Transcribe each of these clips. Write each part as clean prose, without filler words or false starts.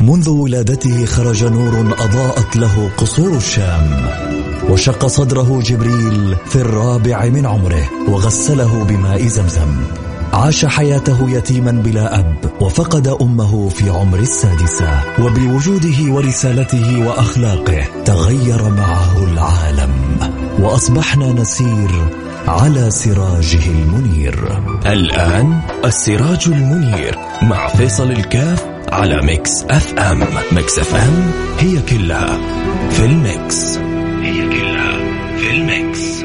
منذ ولادته خرج نور أضاءت له قصور الشام، وشق صدره جبريل في 4 من عمره وغسله بماء زمزم. عاش حياته يتيما بلا أب، وفقد أمه في عمر 6، وبوجوده ورسالته وأخلاقه تغير معه العالم، وأصبحنا نسير على سراجه المنير. الآن السراج المنير مع فيصل الكاف على ميكس اف ام. ميكس اف ام هي كلها في الميكس، هي كلها في الميكس.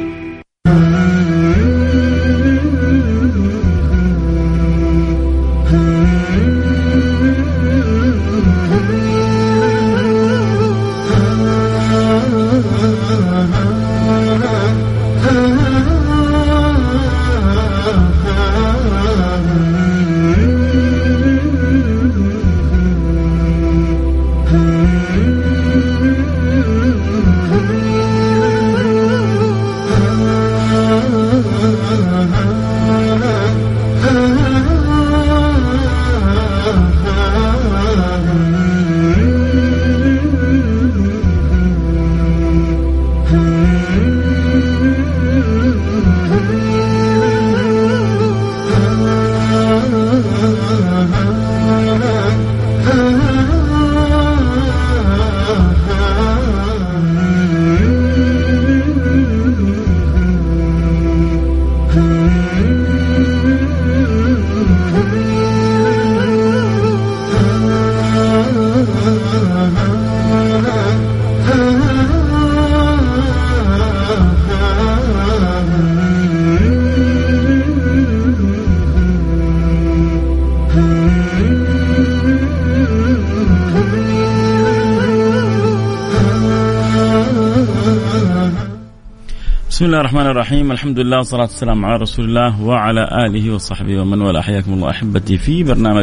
بسم الله الرحمن الرحيم. الحمد لله والصلاة والسلام على رسول الله وعلى آله وصحبه ومن والاه. حياكم الله أحبتي في برنامج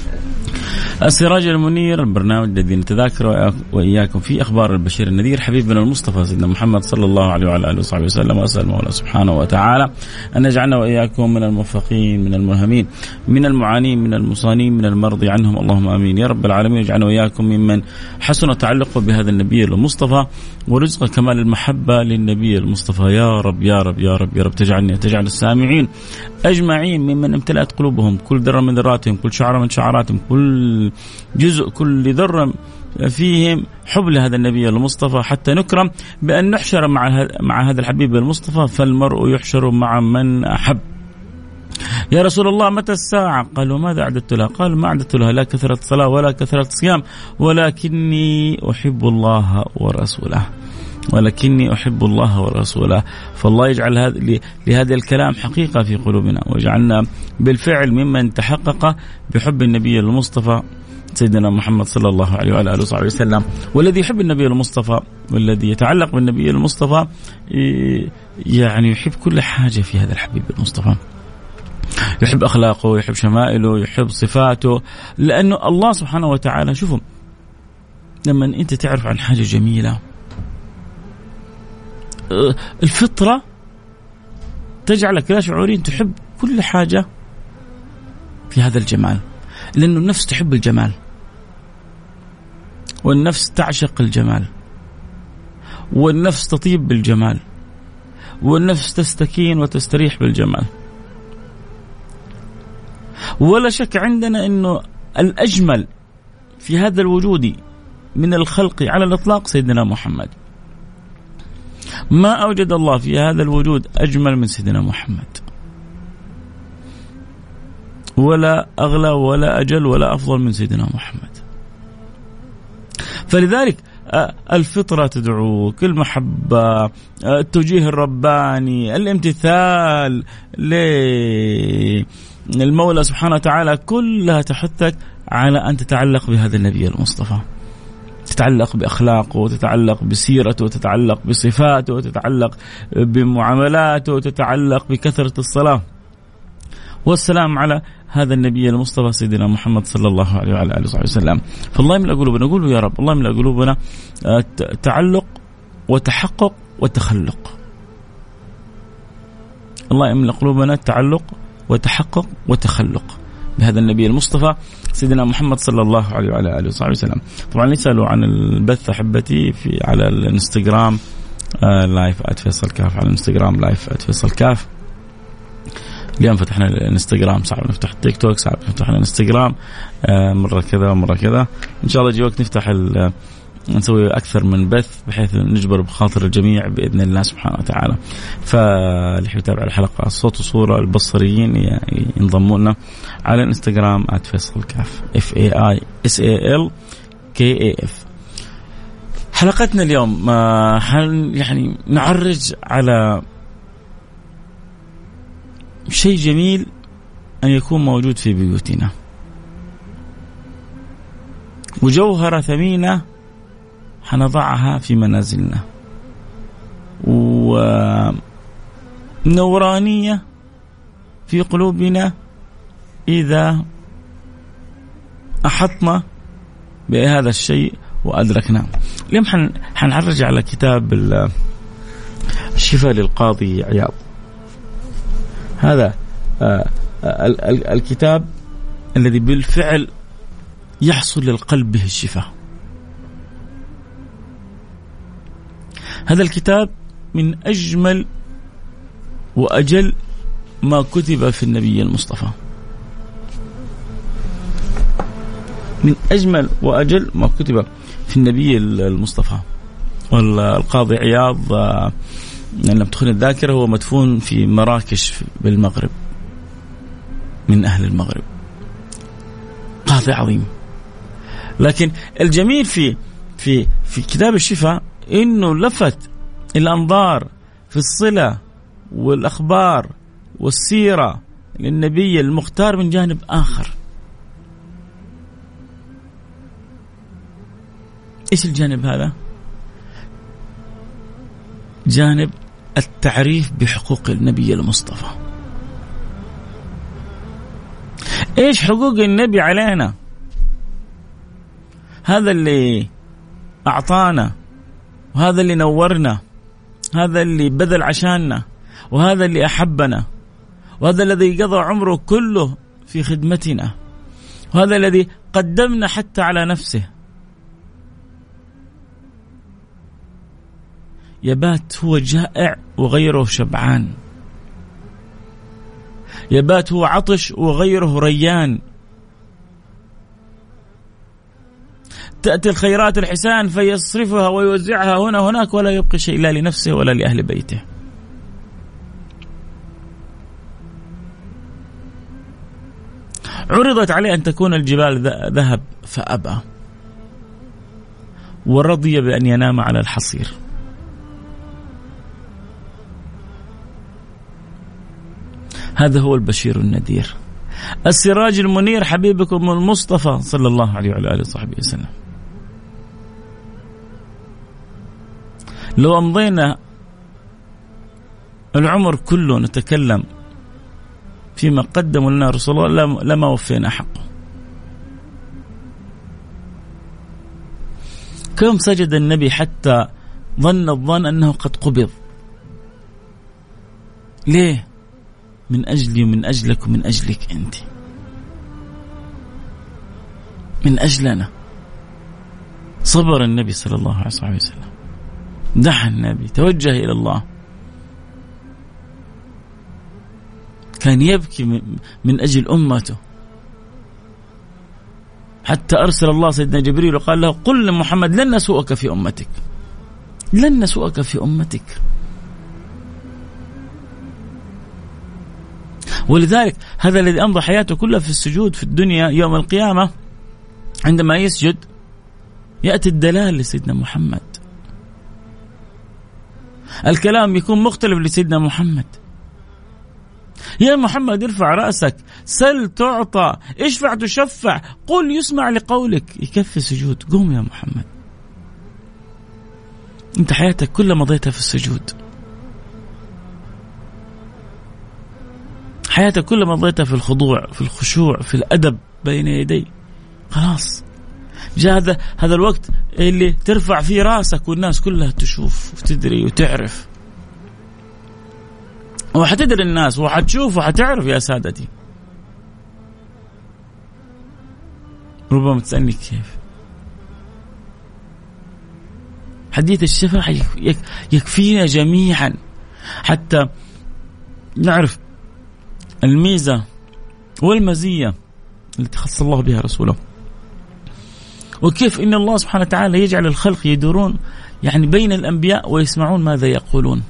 السراج المنير، البرنامج الذي نتذاكر وإياكم في أخبار البشير النذير حبيبنا المصطفى سيدنا محمد صلى الله عليه وعلى آله وصحبه وسلم. وأسأل المولى سبحانه وتعالى أن يجعلنا وإياكم من الموفقين، من الملهمين، من المعانين، من المصانين، من المرضي عنهم، اللهم آمين يا رب العالمين. يجعلنا وإياكم ممن حسن تعلقه بهذا النبي المصطفى ورزق كمال المحبة للنبي المصطفى يا رب يا رب يا رب يا رب. تجعل السامعين أجمعين ممن امتلأت قلوبهم كل ذرة من ذراتهم، كل شعرة من شعراتهم، كل جزء، كل ذرة فيهم حب لهذا النبي المصطفى، حتى نكرم بأن نحشر مع هذا الحبيب المصطفى، فالمرء يحشر مع من أحب. يا رسول الله متى الساعة؟ قال وماذا أعددت لها؟ قال ما أعددت لها لا كثرة صلاة ولا كثرة صيام، ولكني أحب الله ورسوله، ولكني أحب الله ورسوله. فالله يجعل لهذا الكلام حقيقة في قلوبنا، ويجعلنا بالفعل ممن تحقق بحب النبي المصطفى سيدنا محمد صلى الله عليه وعلى آله وصحبه وسلم. والذي يحب النبي المصطفى والذي يتعلق بالنبي المصطفى يعني يحب كل حاجة في هذا الحبيب المصطفى، يحب أخلاقه، يحب شمائله، يحب صفاته، لأنه الله سبحانه وتعالى شوفوا لما أنت تعرف عن حاجة جميلة الفطرة تجعلك لا شعوريا تحب كل حاجة في هذا الجمال، لأنه النفس تحب الجمال، والنفس تعشق الجمال، والنفس تطيب بالجمال، والنفس تستكين وتستريح بالجمال. ولا شك عندنا أنه الأجمل في هذا الوجود من الخلق على الإطلاق سيدنا محمد. ما أوجد الله في هذا الوجود أجمل من سيدنا محمد، ولا أغلى ولا أجل ولا أفضل من سيدنا محمد. فلذلك الفطرة تدعوك، المحبة، التوجيه الرباني، الامتثال للمولى سبحانه وتعالى، كلها تحثك على أن تتعلق بهذا النبي المصطفى، تتعلق بأخلاقه، تتعلق بسيرته، تتعلق بصفاته، تتعلق بمعاملاته، تتعلق بكثرة الصلاة والسلام على هذا النبي المصطفى سيدنا محمد صلى الله عليه وعلى آله وصحبه وسلم. فالله يملأ قلوبنا، نقول يا رب الله يملأ قلوبنا تعلق وتحقق وتخلق. الله يملأ قلوبنا تعلق وتحقق وتخلق بهذا النبي المصطفى سيدنا محمد صلى الله عليه وعلى آله وصحبه وسلم. طبعا يسألوا عن البث أحبتي على الانستغرام لايف @فيصل كاف، على الانستغرام لايف @فيصل كاف. اليوم فتحنا الانستغرام، صعب نفتح التيك توك، صعب نفتح الانستغرام، مرة كذا ومرة كذا. إن شاء الله يجي وقت نفتح نسوي أكثر من بث بحيث نجبر بخاطر الجميع بإذن الله سبحانه وتعالى. فاللي يتابع الحلقة صوت وصورة البصريين ينضمونا على الانستغرام @فيصل كاف FAISALKAF. حلقتنا اليوم يعني نعرج على شيء جميل أن يكون موجود في بيوتنا، وجوهرة ثمينة حنضعها في منازلنا، ونورانية في قلوبنا إذا أحطنا بهذا الشيء وأدركناه. اليوم حنعرج على كتاب الشفاء للقاضي عياض. هذا الكتاب الذي بالفعل يحصل للقلب به الشفاء. هذا الكتاب من أجمل وأجل ما كتب في النبي المصطفى، من أجمل وأجل ما كتب في النبي المصطفى. والقاضي عياض لم تخن الذاكرة هو مدفون في مراكش بالمغرب، من أهل المغرب، قاضي عظيم. لكن الجميل في كتاب الشفاء إنه لفت الأنظار في الصلة والأخبار والسيرة للنبي المختار من جانب آخر. إيش الجانب هذا؟ جانب التعريف بحقوق النبي المصطفى. إيش حقوق النبي علينا؟ هذا اللي أعطانا، وهذا اللي نورنا، هذا اللي بذل عشاننا، وهذا اللي أحبنا، وهذا الذي قضى عمره كله في خدمتنا، وهذا الذي قدمنا حتى على نفسه. يبات هو جائع وغيره شبعان، يبات هو عطش وغيره ريان، تأتي الخيرات الحسان فيصرفها ويوزعها هنا هناك، ولا يبقي شيء لا لنفسه ولا لأهل بيته. عرضت عليه أن تكون الجبال ذهب فأبى، ورضي بأن ينام على الحصير. هذا هو البشير النذير، السراج المنير، حبيبكم المصطفى صلى الله عليه وعلى آله وصحبه وسلم. لو أمضينا العمر كله نتكلم فيما قدموا لنا رسول الله لما وفينا حقه. كم سجد النبي حتى ظن الظن أنه قد قبض. ليه؟ من أجلي ومن أجلك ومن أجلك أنت، من أجلنا. صبر النبي صلى الله عليه وسلم، دعا النبي، توجه إلى الله، كان يبكي من أجل أمته، حتى أرسل الله سيدنا جبريل وقال له: قل لمحمد لن نسوءك في أمتك، لن نسوءك في أمتك. ولذلك هذا الذي أمضى حياته كلها في السجود في الدنيا، يوم القيامة عندما يسجد يأتي الدلال لسيدنا محمد، الكلام يكون مختلف لسيدنا محمد. يا محمد ارفع رأسك، سل تعطى، اشفع تشفع، قل يسمع لقولك. يكفي سجود، قوم يا محمد. انت حياتك كلها مضيتها في السجود، حياتك كلها مضيتها في الخضوع، في الخشوع، في الأدب بين يدي. خلاص جاء هذا الوقت اللي ترفع فيه راسك والناس كلها تشوف وتدري وتعرف، وحتدري الناس وحتشوف وحتعرف يا سادتي. ربما تسألني كيف. حديث الشفاعة يكفينا جميعا حتى نعرف الميزة والمزية التي خص الله بها رسوله، وكيف إن الله سبحانه وتعالى يجعل الخلق يدورون يعني بين الأنبياء ويسمعون ماذا يقولون.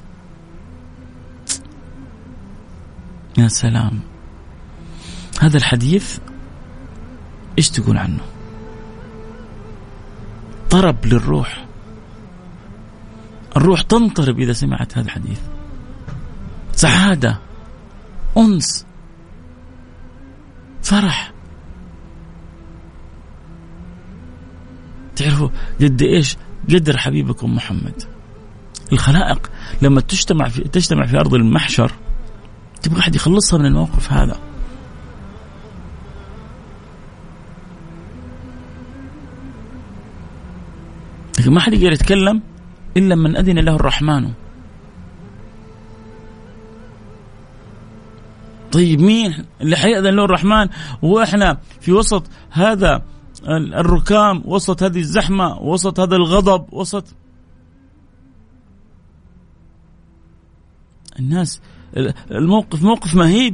يا سلام، هذا الحديث إيش تقول عنه؟ طرب للروح، الروح تنطرب إذا سمعت هذا الحديث، سعادة، أنس، فرح. تعرفوا قد إيش قدر حبيبكم محمد. الخلائق لما تجتمع في أرض المحشر تبغى أحد يخلصها من الموقف هذا. لكن ما حد يقدر يتكلم إلا من أذن له الرحمن. طيب مين اللي حيأذن له الرحمن وإحنا في وسط هذا الركام، وسط هذه الزحمة، وسط هذا الغضب، وسط الناس؟ الموقف موقف مهيب،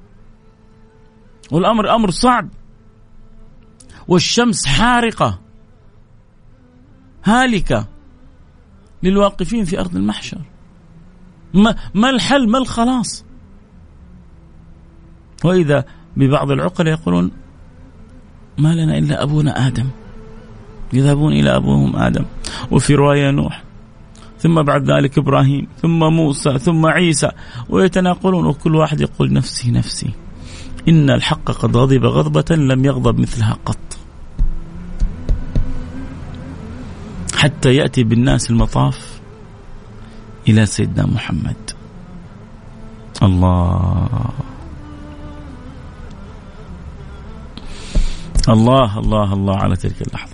والأمر أمر صعب، والشمس حارقة هالكة للواقفين في أرض المحشر. ما الحل؟ ما الخلاص؟ وإذا ببعض العقلاء يقولون ما لنا إلا أبونا آدم، يذهبون إلى أبوهم آدم، وفي رواية نوح، ثم بعد ذلك إبراهيم، ثم موسى، ثم عيسى، ويتناقلون وكل واحد يقول نفسي نفسي. إن الحق قد غضب غضبة لم يغضب مثلها قط، حتى يأتي بالناس المطاف إلى سيدنا محمد. الله الله الله الله على تلك اللحظة،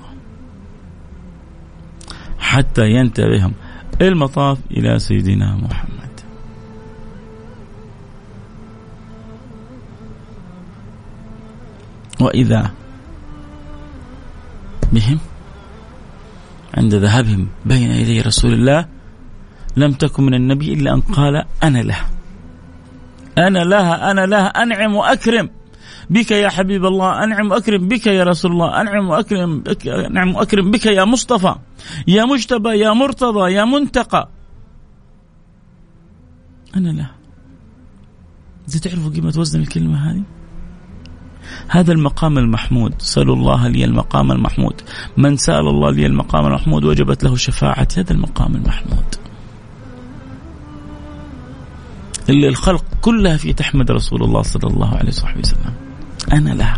حتى ينتهي بهم المطاف إلى سيدنا محمد. وإذا بهم عند ذهابهم بين يدي رسول الله لم تكن من النبي إلا أن قال أنا لها أنا لها أنا لها، أنعم وأكرم بك يا حبيب الله، أنعم وأكرم بك يا رسول الله، أنعم وأكرم بك يا مصطفى، يا مجتبى، يا مرتضى، يا منتقى. أنا لها. إذا تعرفوا قيمة وزن الكلمة هذه، هذا المقام المحمود. سألوا الله لي المقام المحمود، من سأل الله لي المقام المحمود وجبت له شفاعة هذا المقام المحمود، اللي الخلق كلها في تحمد رسول الله صلى الله عليه وسلم. أنا لها.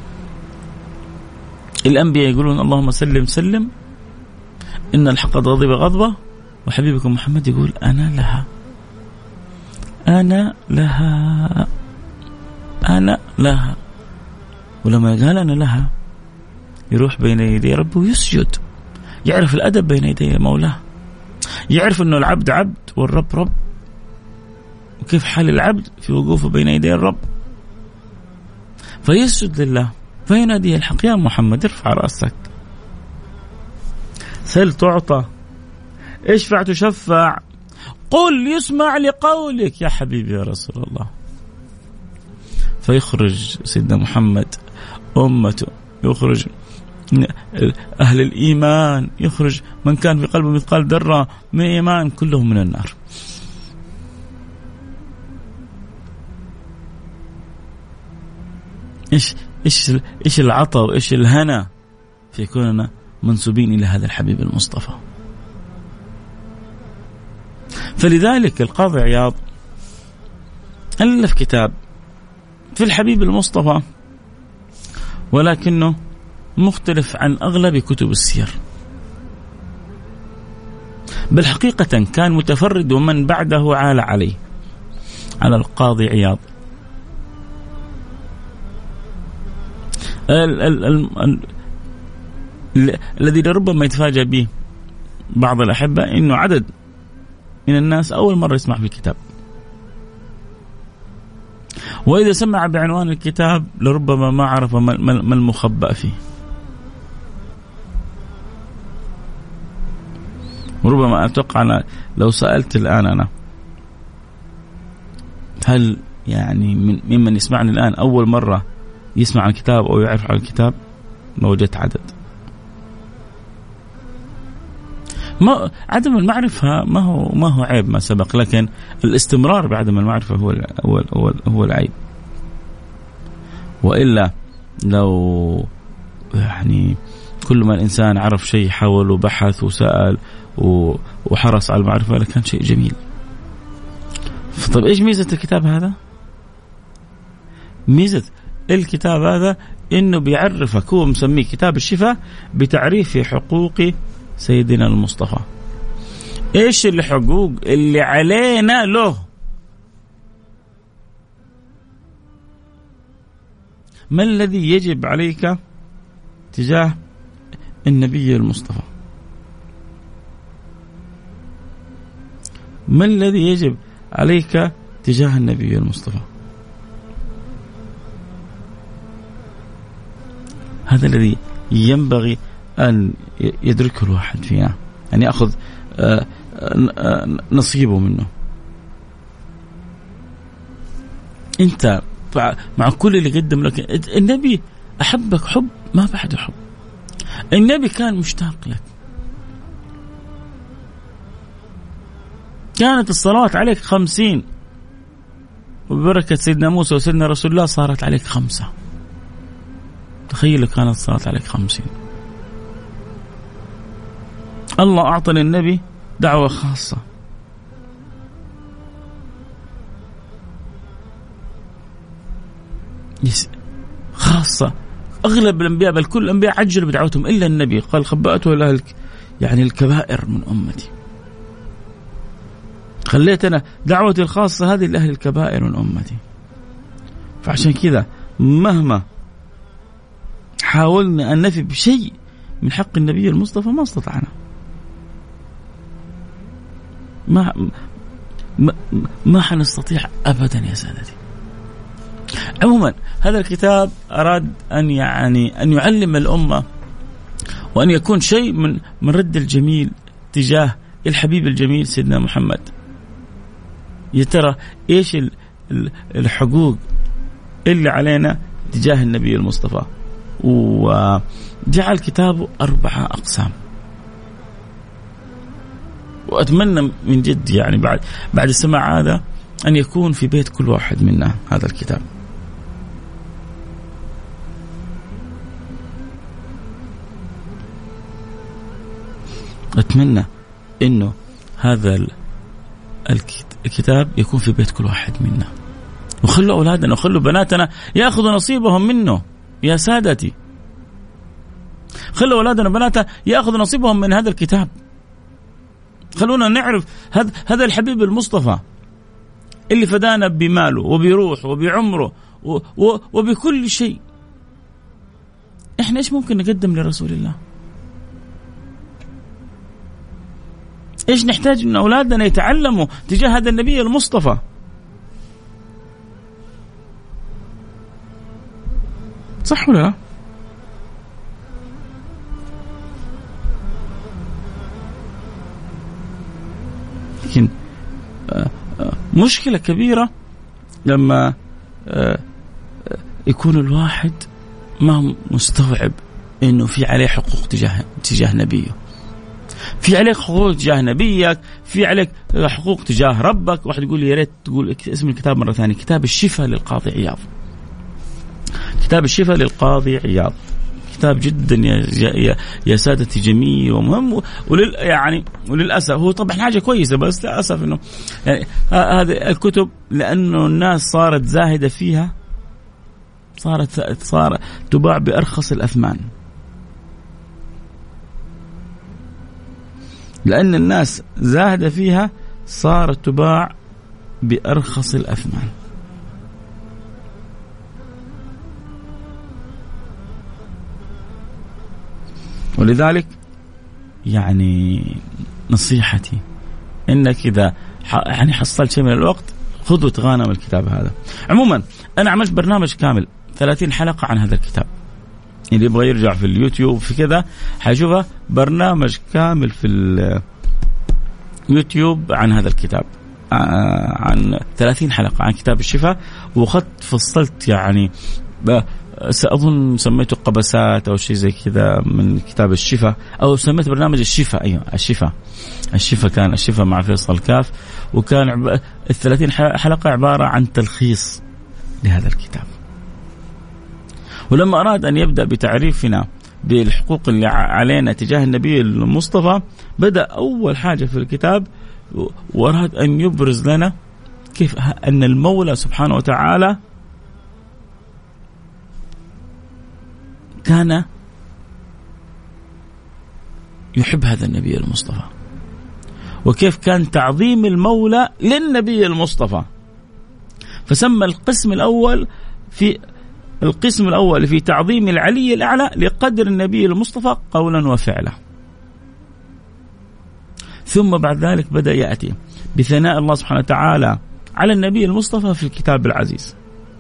الأنبياء يقولون اللهم سلم سلم، إن الحق غضب غضبة، وحبيبكم محمد يقول أنا لها أنا لها أنا لها. ولما قال أنا لها يروح بين يدي ربه ويسجد، يعرف الأدب بين يدي مولاه، يعرف أنه العبد عبد والرب رب، وكيف حال العبد في وقوفه بين يدي الرب، فيسجد لله، فينادي الحق يا محمد ارفع رأسك، سل تعطى، اشفع تشفع، قل يسمع لقولك يا حبيبي يا رسول الله. فيخرج سيدنا محمد أمته، يخرج أهل الإيمان، يخرج من كان في قلبه مثقال ذرة من إيمان، كلهم من النار. إيش العطاء وإيش الهنا في كوننا منسوبين إلى هذا الحبيب المصطفى. فلذلك القاضي عياض ألف كتاب في الحبيب المصطفى، ولكنه مختلف عن أغلب كتب السير، بل حقيقة كان متفرد ومن بعده عال عليه، على القاضي عياض. الذي لربما يتفاجأ به بعض الأحبة إنه عدد من الناس أول مرة يسمع في الكتاب، وإذا سمع بعنوان الكتاب لربما ما عرف ما المخبأ فيه. وربما أتوقع أنا لو سألت الآن أنا هل يعني ممن يسمعني الآن أول مرة يسمع عن الكتاب أو يعرف عن الكتاب، ما وجدت عدد. ما عدم المعرفة ما هو عيب ما سبق، لكن الاستمرار بعدم المعرفة هو العيب. وإلا لو يعني كل ما الإنسان عرف شيء حاول وبحث وسأل وحرص على المعرفة لكان شيء جميل. طيب إيش ميزة الكتاب هذا؟ ميزة الكتاب هذا إنه بيعرفك، هو مسميه كتاب الشفاء بتعريف حقوق سيدنا المصطفى. إيش الحقوق اللي علينا له؟ ما الذي يجب عليك تجاه النبي المصطفى؟ ما الذي يجب عليك تجاه النبي المصطفى؟ هذا الذي ينبغي أن يدركه الواحد فينا، أن يأخذ نصيبه منه. أنت مع كل اللي قدم لك النبي أحبك حب ما بعد حب. النبي كان مشتاق لك، كانت الصلوات عليك 50، وببركة سيدنا موسى وسيدنا رسول الله صارت عليك 5. تخيل كانت الصلاة عليك 50. الله أعطى للنبي دعوة خاصة، خاصة. أغلب الأنبياء بل كل الأنبياء عجلوا بدعوتهم إلا النبي، قال خبأته له يعني الكبائر من أمتي، خليت أنا دعوتي الخاصة هذه لأهل الكبائر من أمتي. فعشان كذا مهما حاولنا أن نفي بشيء من حق النبي المصطفى ما استطعنا. ما حنستطيع أبدا يا سادتي. عموما هذا الكتاب أراد أن يعلم الأمة، وأن يكون شيء من رد الجميل تجاه الحبيب الجميل سيدنا محمد. يترى إيش الحقوق اللي علينا تجاه النبي المصطفى، وجعل كتابه 4 أقسام. وأتمنى من جد يعني بعد السماع هذا أن يكون في بيت كل واحد منا هذا الكتاب. أتمنى إنه هذا الكتاب يكون في بيت كل واحد منا، وخلوا أولادنا وخلوا بناتنا يأخذوا نصيبهم منه. يا سادتي، خلوا أولادنا وبناتنا يأخذوا نصيبهم من هذا الكتاب. خلونا نعرف هذا الحبيب المصطفى اللي فدانا بماله وبروحه وبعمره وبكل شيء. إحنا إيش ممكن نقدم لرسول الله؟ إيش نحتاج أن أولادنا يتعلموا تجاه هذا النبي المصطفى؟ صح ولا لا؟ لكن مشكلة كبيرة لما يكون الواحد ما مستوعب إنه في عليه حقوق تجاه نبيه، في عليك حقوق تجاه نبيك، في عليك حقوق تجاه ربك. واحد يقول لي يا ريت تقول اسم الكتاب مرة ثانية. كتاب الشفاء للقاضي عياض. كتاب الشفاء للقاضي عياض كتاب جدا يا سادتي جميل ومهم، وللأسف هو طبعا حاجة كويسة، بس للأسف إنه يعني هذه الكتب لأنه الناس صارت زاهدة فيها، صارت تباع بأرخص الأثمان، لأن الناس زاهدة فيها صارت تباع بأرخص الأثمان. ولذلك يعني نصيحتي إنك إذا يعني حصلت شيء من الوقت خذ وتغانم الكتاب هذا. عموما أنا عملت برنامج كامل 30 حلقة عن هذا الكتاب، اللي يبغى يرجع في اليوتيوب في كذا حيشوفه برنامج كامل يوتيوب عن هذا الكتاب، عن 30 حلقة عن كتاب الشفاء، وخدت فصلت يعني سأظن سميته قبسات أو شيء زي كذا من كتاب الشفاء، أو سميت برنامج الشفاء. أيوة الشفاء كان الشفاء مع فيصل كاف، وكان 30 حلقة عبارة عن تلخيص لهذا الكتاب. ولما أراد أن يبدأ بتعريفنا بالحقوق اللي علينا تجاه النبي المصطفى، بدأ أول حاجة في الكتاب وأراد أن يبرز لنا كيف أن المولى سبحانه وتعالى كان يحب هذا النبي المصطفى، وكيف كان تعظيم المولى للنبي المصطفى. فسمى القسم الأول في تعظيم العلي الأعلى لقدر النبي المصطفى قولا وفعلا. ثم بعد ذلك بدأ يأتي بثناء الله سبحانه وتعالى على النبي المصطفى في الكتاب العزيز،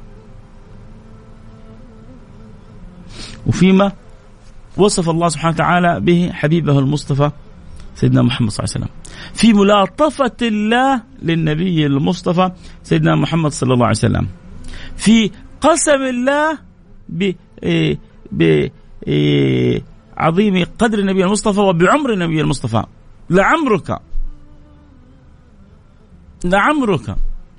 وفيما وصف الله سبحانه وتعالى به حبيبه المصطفى سيدنا محمد صلى الله عليه وسلم، في ملاطفة الله للنبي المصطفى سيدنا محمد صلى الله عليه وسلم، في قسم الله بعظيم قدر النبي المصطفى وبعمر النبي المصطفى. لعمرك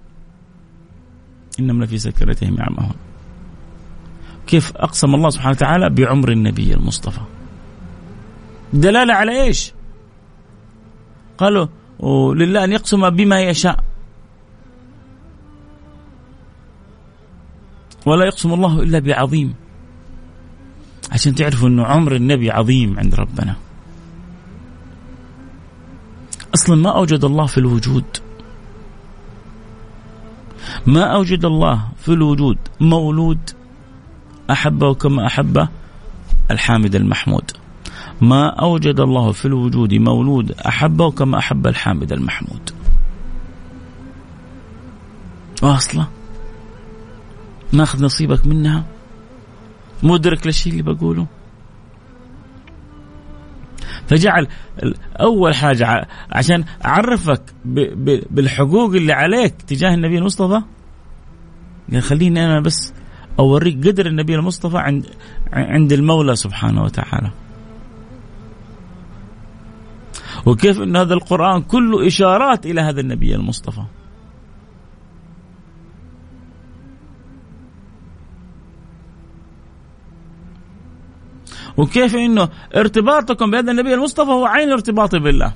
إنهم لفي سكرتهم يعمهون. كيف أقسم الله سبحانه وتعالى بعمر النبي المصطفى؟ دلالة على إيش؟ قالوا لله أن يقسم بما يشاء، ولا يقسم الله إلا بعظيم، عشان تعرفوا أنه عمر النبي عظيم عند ربنا. أصلا ما أوجد الله في الوجود، ما أوجد الله في الوجود مولود أحبه كما أحب الحامد المحمود، ما أوجد الله في الوجود مولود أحبه كما أحب الحامد المحمود. واصلة ناخذ نصيبك منها، مدرك للشيء اللي بقوله. فجعل أول حاجة عشان أعرفك بالحقوق اللي عليك تجاه النبي المصطفى، خليني أنا بس أوريك قدر النبي المصطفى عند المولى سبحانه وتعالى، وكيف أن هذا القرآن كله إشارات إلى هذا النبي المصطفى. وكيف أنه ارتباطكم بهذا النبي المصطفى هو عين ارتباطي بالله،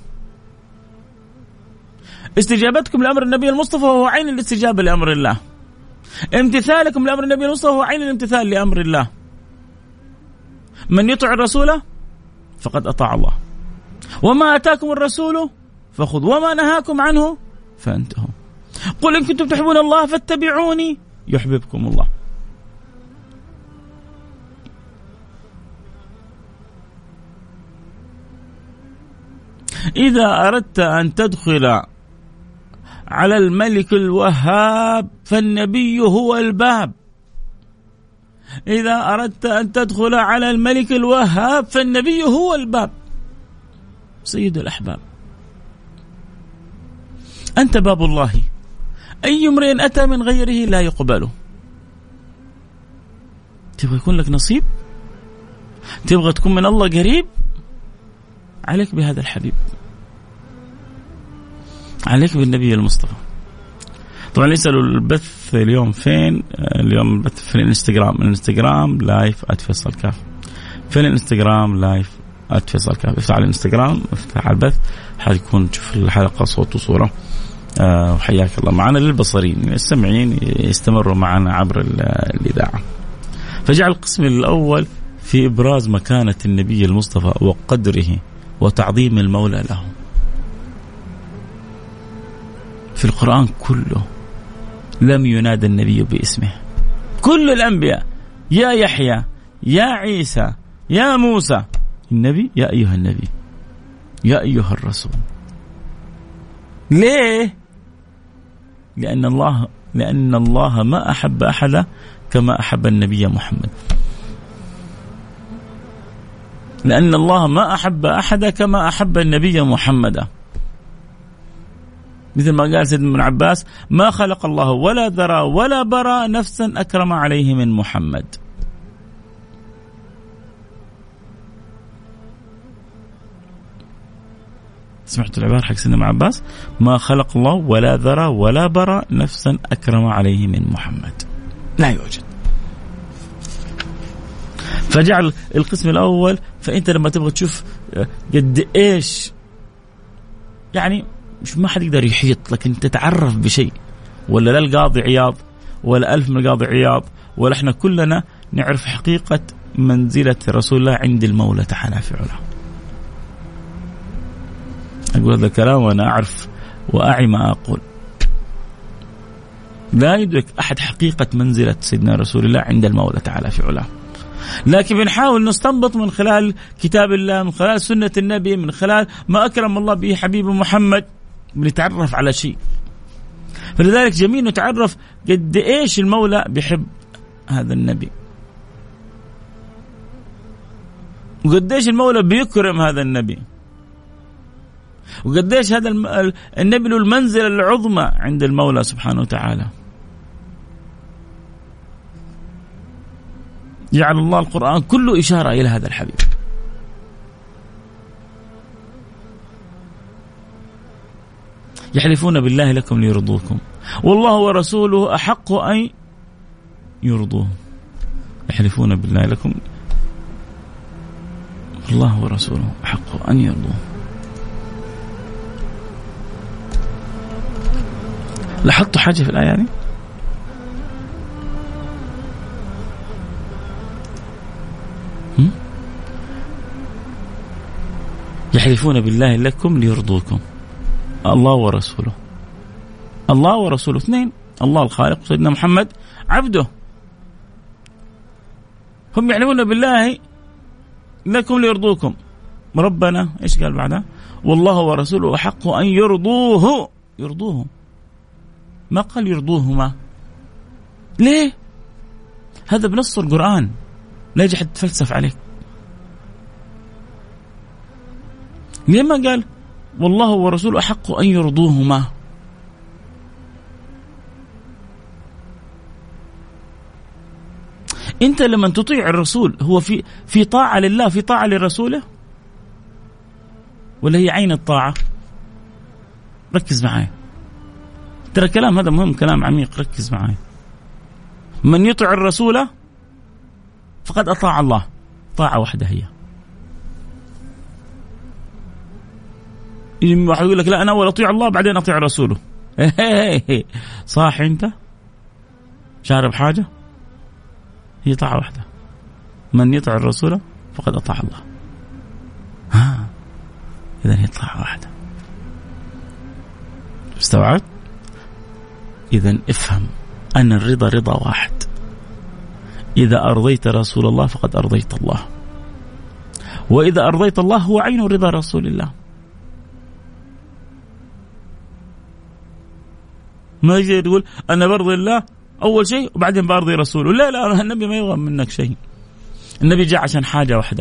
استجابتكم لأمر النبي المصطفى هو عين الاستجابة لأمر الله، امتثالكم لأمر النبي المصطفى هو عين الامتثال لأمر الله. من يطع الرسول فقد أطاع الله، وما أتاكم الرسول فخذوا وما نهاكم عنه فانتهوا. قل إن كنتم تحبون الله فاتبعوني يحببكم الله. إذا أردت أن تدخل على الملك الوهاب فالنبي هو الباب. إذا أردت أن تدخل على الملك الوهاب فالنبي هو الباب، سيد الأحباب. أنت باب الله، أي امرئ أتى من غيره لا يقبله. تبغى يكون لك نصيب، تبغى تكون من الله قريب، عليك بهذا الحبيب، عليك بالنبي المصطفى. طبعا يسألوا البث اليوم فين؟ اليوم البث في الانستغرام لايف @فيصل كاف، في الانستغرام لايف @فيصل كاف. افتح على الانستغرام، افتح على البث، حتكون تشوف الحلقة صوت وصورة. وحياك الله معنا. للبصريين السمعين يستمروا معنا عبر الإذاعة. فجعل القسم الأول في إبراز مكانة النبي المصطفى وقدره وتعظيم المولى له. في القرآن كله لم ينادى النبي باسمه، كل الأنبياء يا يحيى يا عيسى يا موسى، النبي يا أيها النبي يا أيها الرسول. ليه؟ لأن الله ما أحب أحدا كما أحب النبي محمد، لأن الله ما أحب أحدا كما أحب النبي محمد. مثل ما قال سيدنا ابن عباس: ما خلق الله ولا ذرى ولا برى نفسا أكرم عليه من محمد. سمعت العبارة حق سيدنا ابن عباس: ما خلق الله ولا ذرى ولا برى نفسا أكرم عليه من محمد. لا يوجد. فجعل القسم الأول. فأنت لما تبغى تشوف قد إيش يعني مش ما حد يقدر يحيط لكن تتعرف بشيء، ولا لا القاضي عياض ولا ألف من القاضي عياض ولا إحنا كلنا نعرف حقيقة منزلة رسول الله عند المولى تعالى في علاه. أقول هذا الكلام وأنا أعرف وأعي ما أقول. لا يدرك أحد حقيقة منزلة سيدنا رسول الله عند المولى تعالى في علاه، لكن بنحاول نستنبط من خلال كتاب الله، من خلال سنة النبي، من خلال ما أكرم الله به حبيب محمد، بنتعرف على شيء. فلذلك جميل نتعرف قد إيش المولى بيحب هذا النبي، وقد إيش المولى بيكرم هذا النبي، وقد إيش هذا النبي له المنزلة العظمى عند المولى سبحانه وتعالى. جعل الله القرآن كله إشارة إلى هذا الحبيب. يحلفون بالله لكم ليرضوكم والله ورسوله أحق أن يرضوه. يحلفون بالله لكم الله ورسوله أحق أن يرضوه. لاحظتوا حاجة في الآية يعني؟ يحلفون بالله لكم ليرضوكم الله ورسوله. الله ورسوله اثنين، الله الخالق سيدنا محمد عبده. هم يحلفون بالله لكم ليرضوكم. ربنا ايش قال بعدها؟ والله ورسوله أحق أن يرضوه. يرضوه ما قال يرضوهما. ليه؟ هذا بنص القرآن، لا يجي حد تفلسف عليك. ليه ما قال والله ورسوله أحق أن يرضوهما؟ أنت لما تطيع الرسول هو في طاعة لله، في طاعة لرسوله، ولا هي عين الطاعة؟ ركز معايا، ترى كلام هذا مهم، كلام عميق، ركز معايا. من يطيع الرسول فقد أطاع الله، طاعة واحدة هي. واحد يقول لك لا أنا أول أطيع الله بعدين أطيع رسوله. صح؟ أنت شارب حاجة؟ هي طاعة واحدة. من يطيع الرسول فقد أطاع الله. إذن هي طاعة واحدة. استوعبت؟ إذن افهم أن الرضا رضا واحد. إذا أرضيت رسول الله فقد أرضيت الله، وإذا أرضيت الله هو عين رضا رسول الله. ما يجي تقول أنا برضي الله أول شيء وبعدين برضي رسوله. لا لا، النبي ما يبغى منك شيء. النبي جاء عشان حاجة واحدة،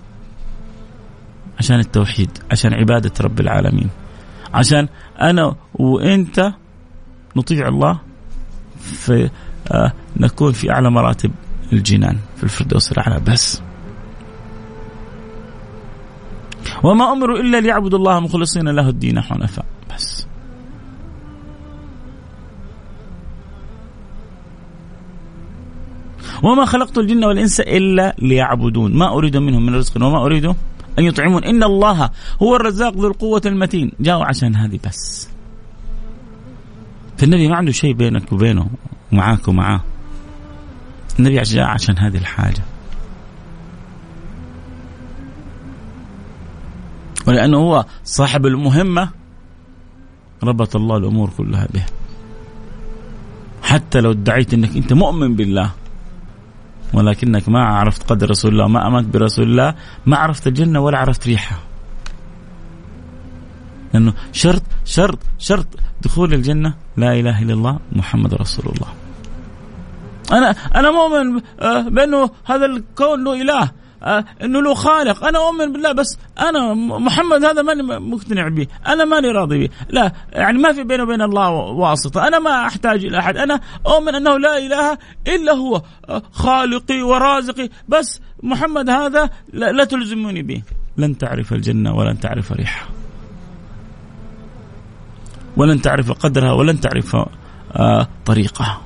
عشان التوحيد، عشان عبادة رب العالمين، عشان أنا وإنت نطيع الله في نكون في أعلى مراتب الجنان في الفردوس الأعلى. بس وما أمروا إلا ليعبدوا الله مخلصين له الدين حنفاء. بس وما خلقت الجن والإنس إلا ليعبدون ما أريد منهم من رزق وما أريد أن يطعمون إن الله هو الرزاق ذو القوة المتين. جاءوا عشان هذه بس. فالنبي ما عنده شيء بينك وبينه ومعاك ومعاه. النبي جاء عشان هذه الحاجة، ولأنه هو صاحب المهمة ربط الله الأمور كلها به. حتى لو ادعيت أنك أنت مؤمن بالله ولكنك ما عرفت قدر رسول الله، ما أمنت برسول الله، ما عرفت الجنة ولا عرفت ريحها. لأنه شرط دخول الجنة لا إله إلا الله محمد رسول الله. أنا مؤمن بأنه هذا الكون له إله، إنه له خالق، أنا أؤمن بالله، بس أنا محمد هذا ماني مقتنع به، أنا ماني راضي به. لا، يعني ما في بينه وبين الله واسطة، أنا ما أحتاج إلى أحد، أنا أؤمن أنه لا إله إلا هو خالقي ورازقي، بس محمد هذا لا تلزموني به. لن تعرف الجنة ولن تعرف ريحها، ولن تعرف قدرها، ولن تعرف طريقها.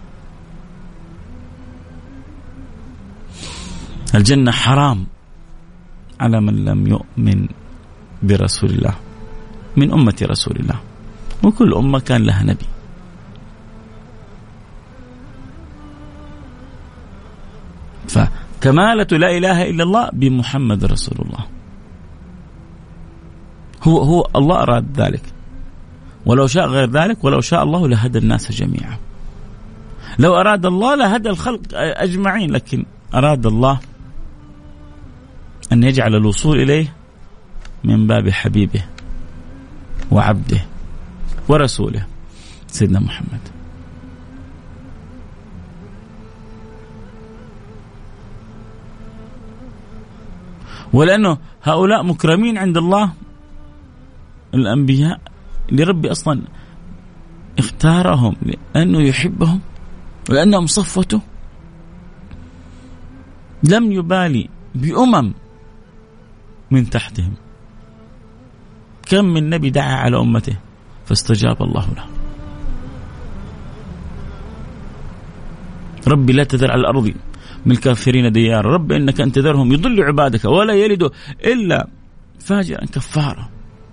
الجنة حرام على من لم يؤمن برسول الله من أمة رسول الله، وكل أمة كان لها نبي. فكمالة لا إله إلا الله بمحمد رسول الله. هو الله أراد ذلك، ولو شاء غير ذلك، ولو شاء الله لهدى الناس جميعا. لو أراد الله لهدى الخلق أجمعين، لكن أراد الله أن يجعل الوصول إليه من باب حبيبه وعبده ورسوله سيدنا محمد. ولأنه هؤلاء مكرمين عند الله الأنبياء اللي ربي أصلا اختارهم لأنه يحبهم ولأنهم صفوته، لم يبالي بأمم من تحتهم. كم من نبي دعا على أمته فاستجاب الله له. ربي لا تذر على الأرض من الكافرين ديار، رب إنك أن تذرهم يضل عبادك ولا يلد إلا فاجرا كفارا.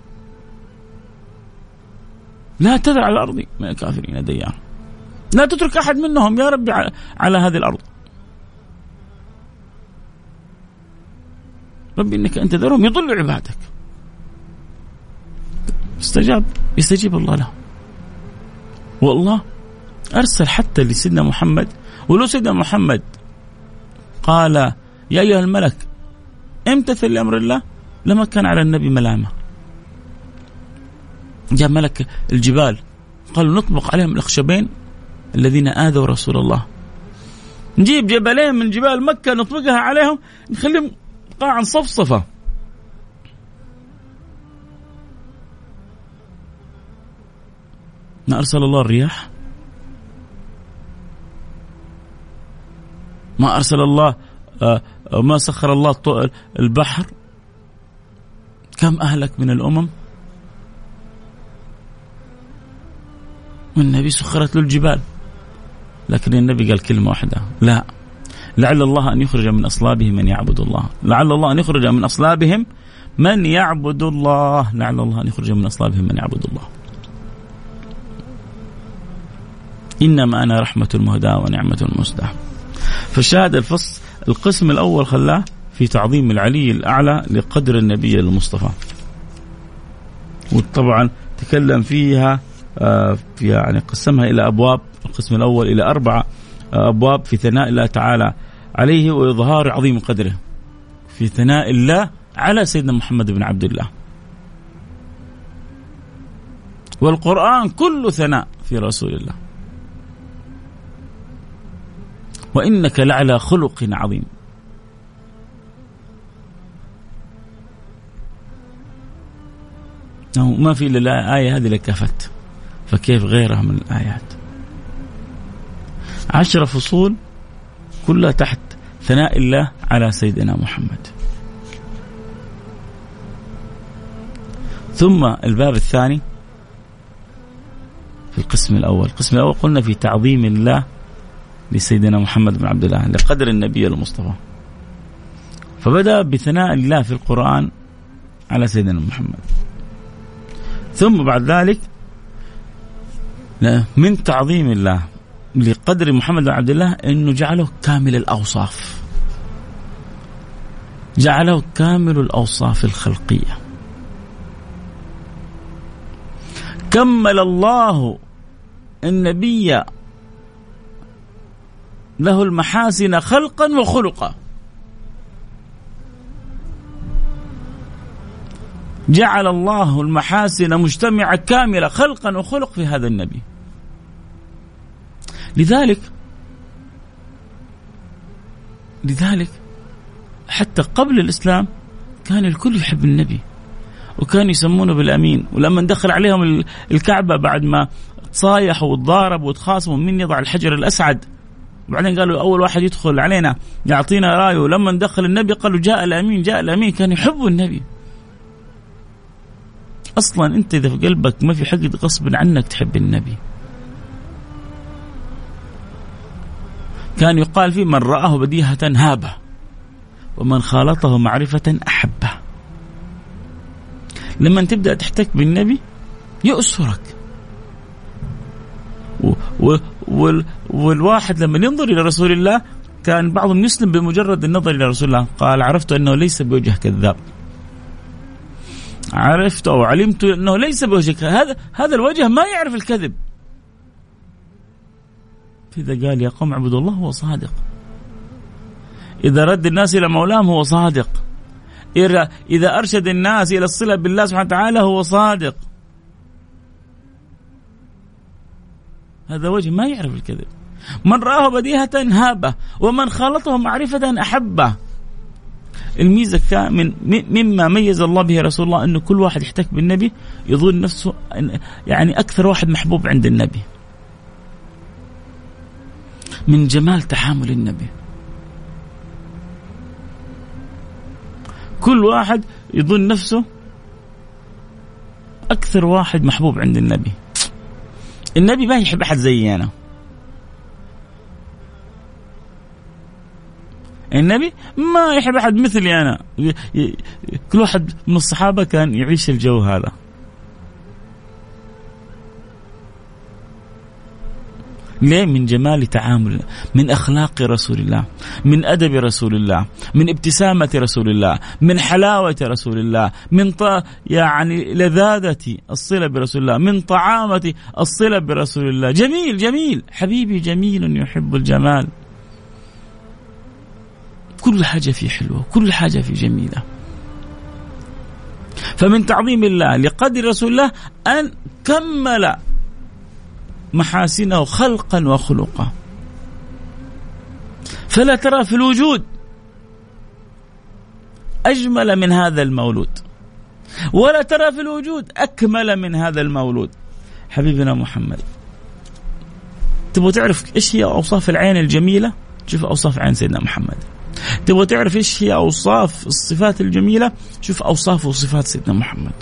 لا تذر على الأرض من الكافرين ديار، لا تترك أحد منهم يا ربي على هذه الأرض. ربي إنك أن تذرهم يضل عبادك. يستجيب الله له. والله أرسل حتى لسيدنا محمد، ولو سيدنا محمد قال يا أيها الملك امتثل لأمر الله لما كان على النبي ملامة. جاء ملك الجبال قالوا نطبق عليهم الأخشبين الذين آذوا رسول الله، نجيب جبلين من جبال مكة نطبقها عليهم نخليهم قاعا صفصفة. ما أرسل الله الرياح، ما أرسل الله ما سخر الله البحر. كم أهلك من الأمم والنبي سخرت له الجبال، لكن النبي قال كلمة واحدة: لا، لعل الله أن يخرج من أصلابهم من يعبد الله، لعل الله أن يخرج من أصلابهم من يعبد الله، لعل الله أن يخرج من أصلابهم من يعبد الله. إنما أنا رحمة المهداة ونعمة المسداة. فالشاهد القسم الأول خلاه في تعظيم العلي الأعلى لقدر النبي المصطفى، وطبعا تكلم فيها يعني قسمها إلى أبواب. القسم الأول إلى 4 أبواب في ثناء الله تعالى عليه وإظهار عظيم قدره، في ثناء الله على سيدنا محمد بن عبد الله. والقرآن كله ثناء في رسول الله. وإنك لعلى خلق عظيم. ما في إلا الآية هذه لكفت، فكيف غيرها من الآيات؟ 10 فصول كلها تحت ثناء الله على سيدنا محمد. ثم الباب الثاني في القسم الأول. القسم الأول قلنا في تعظيم الله لسيدنا محمد بن عبد الله لقدر النبي المصطفى، فبدأ بثناء الله في القرآن على سيدنا محمد. ثم بعد ذلك من تعظيم الله لقدر محمد بن عبد الله أنه جعله كامل الأوصاف، جعله كامل الأوصاف الخلقية. كمل الله النبي له المحاسن خلقا وخلقا، جعل الله المحاسن مجتمعة كاملة خلقا وخلق في هذا النبي. لذلك حتى قبل الإسلام كان الكل يحب النبي وكانوا يسمونه بالأمين. ولما دخل عليهم الكعبة بعد ما تصايحوا وتضاربوا وتخاصموا من يضع الحجر الأسعد، وبعدين قالوا أول واحد يدخل علينا يعطينا رايه. ولما دخل النبي قالوا جاء الأمين جاء الأمين. كانوا يحبوا النبي. أصلا أنت إذا في قلبك ما في حقد غصب عنك تحب النبي. كان يقال فيه من رآه بديهة هابه ومن خالطه معرفة أحبه. لما تبدأ تحتك بالنبي يؤسرك. والواحد لما ينظر إلى رسول الله كان بعضهم يسلم بمجرد النظر إلى رسول الله. قال عرفت أنه ليس بوجه كذاب، عرفت أو علمت أنه ليس بوجه هذا الوجه ما يعرف الكذب. إذا قال يا قوم اعبدوا الله هو صادق، إذا رد الناس إلى مولاهم هو صادق، إذا أرشد الناس إلى الصلة بالله سبحانه وتعالى هو صادق. هذا وجه ما يعرف الكذب. من رآه بديهة هابه ومن خالطه معرفة أحبه. الميزة مما ميز الله به رسول الله أنه كل واحد يحتك بالنبي يظن نفسه يعني أكثر واحد محبوب عند النبي من جمال تحامل النبي. كل واحد يظن نفسه أكثر واحد محبوب عند النبي. النبي ما يحب أحد زي أنا. النبي ما يحب أحد مثلي أنا. كل واحد من الصحابة كان يعيش الجو هذا. ليه؟ من جمال تعامل، من أخلاق رسول الله، من أدب رسول الله، من ابتسامة رسول الله، من حلاوة رسول الله، من يعني لذاذة الصلة برسول الله، من طعامة الصلة برسول الله. جميل جميل حبيبي، جميل يحب الجمال. كل حاجة فيه حلوة، كل حاجة فيه جميلة. فمن تعظيم الله لقدر رسول الله أن كمل محاسنه خلقا وخلقا. فلا ترى في الوجود أجمل من هذا المولود، ولا ترى في الوجود أكمل من هذا المولود. حبيبنا محمد. تبغى تعرف إيش هي أوصاف العين الجميلة؟ شوف أوصاف عين سيدنا محمد. تبغى تعرف إيش هي أوصاف الصفات الجميلة؟ شوف أوصاف وصفات سيدنا محمد.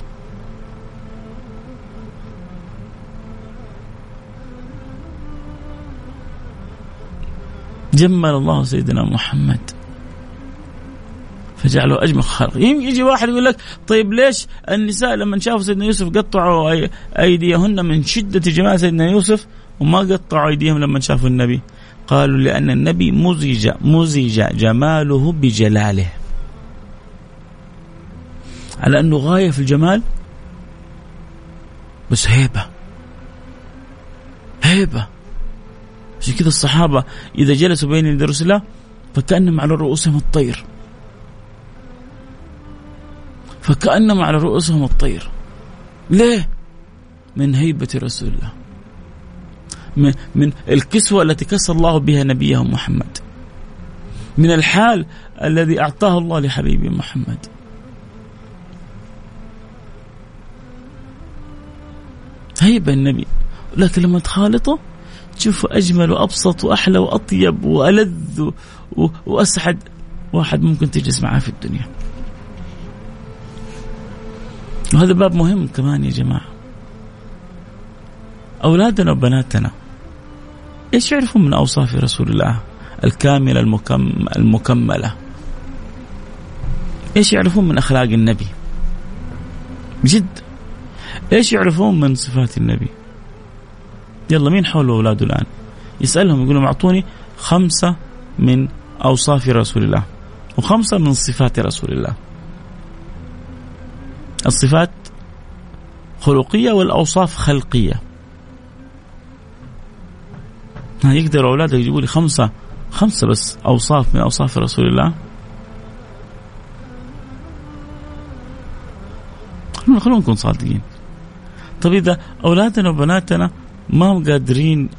جمل الله سيدنا محمد فجعله أجمل خلق. يجي واحد يقول لك طيب ليش النساء لما شافوا سيدنا يوسف قطعوا أيديهن من شدة جمال سيدنا يوسف وما قطعوا أيديهم لما شافوا النبي؟ قالوا لأن النبي مزج جماله بجلاله، على أنه غاية في الجمال بس هيبة. عشان كذا الصحابة إذا جلسوا بين يدي رسول الله فكأنهم على رؤوسهم الطير، فكأنهم على رؤوسهم الطير. ليه؟ من هيبة رسول الله، من الكسوة التي كسى الله بها نبيه محمد، من الحال الذي أعطاه الله لحبيبه محمد. هيبة النبي. لكن لما تخالطه تشوف أجمل وأبسط وأحلى وأطيب وألذ وأسعد واحد ممكن تجلس معاه في الدنيا. وهذا باب مهم كمان يا جماعة. أولادنا وبناتنا إيش يعرفون من أوصاف رسول الله الكاملة المكملة؟ إيش يعرفون من أخلاق النبي بجد؟ إيش يعرفون من صفات النبي؟ يلا مين حول أولاده الآن يسألهم يقولوا أعطوني 5 من أوصاف رسول الله و5 من صفات رسول الله. الصفات خلقية والأوصاف خلقية. يقدر أولاده يجيبوا لي 5 بس أوصاف من أوصاف رسول الله؟ خلونا نكون صادقين. طب إذا أولادنا وبناتنا ما هم قادرين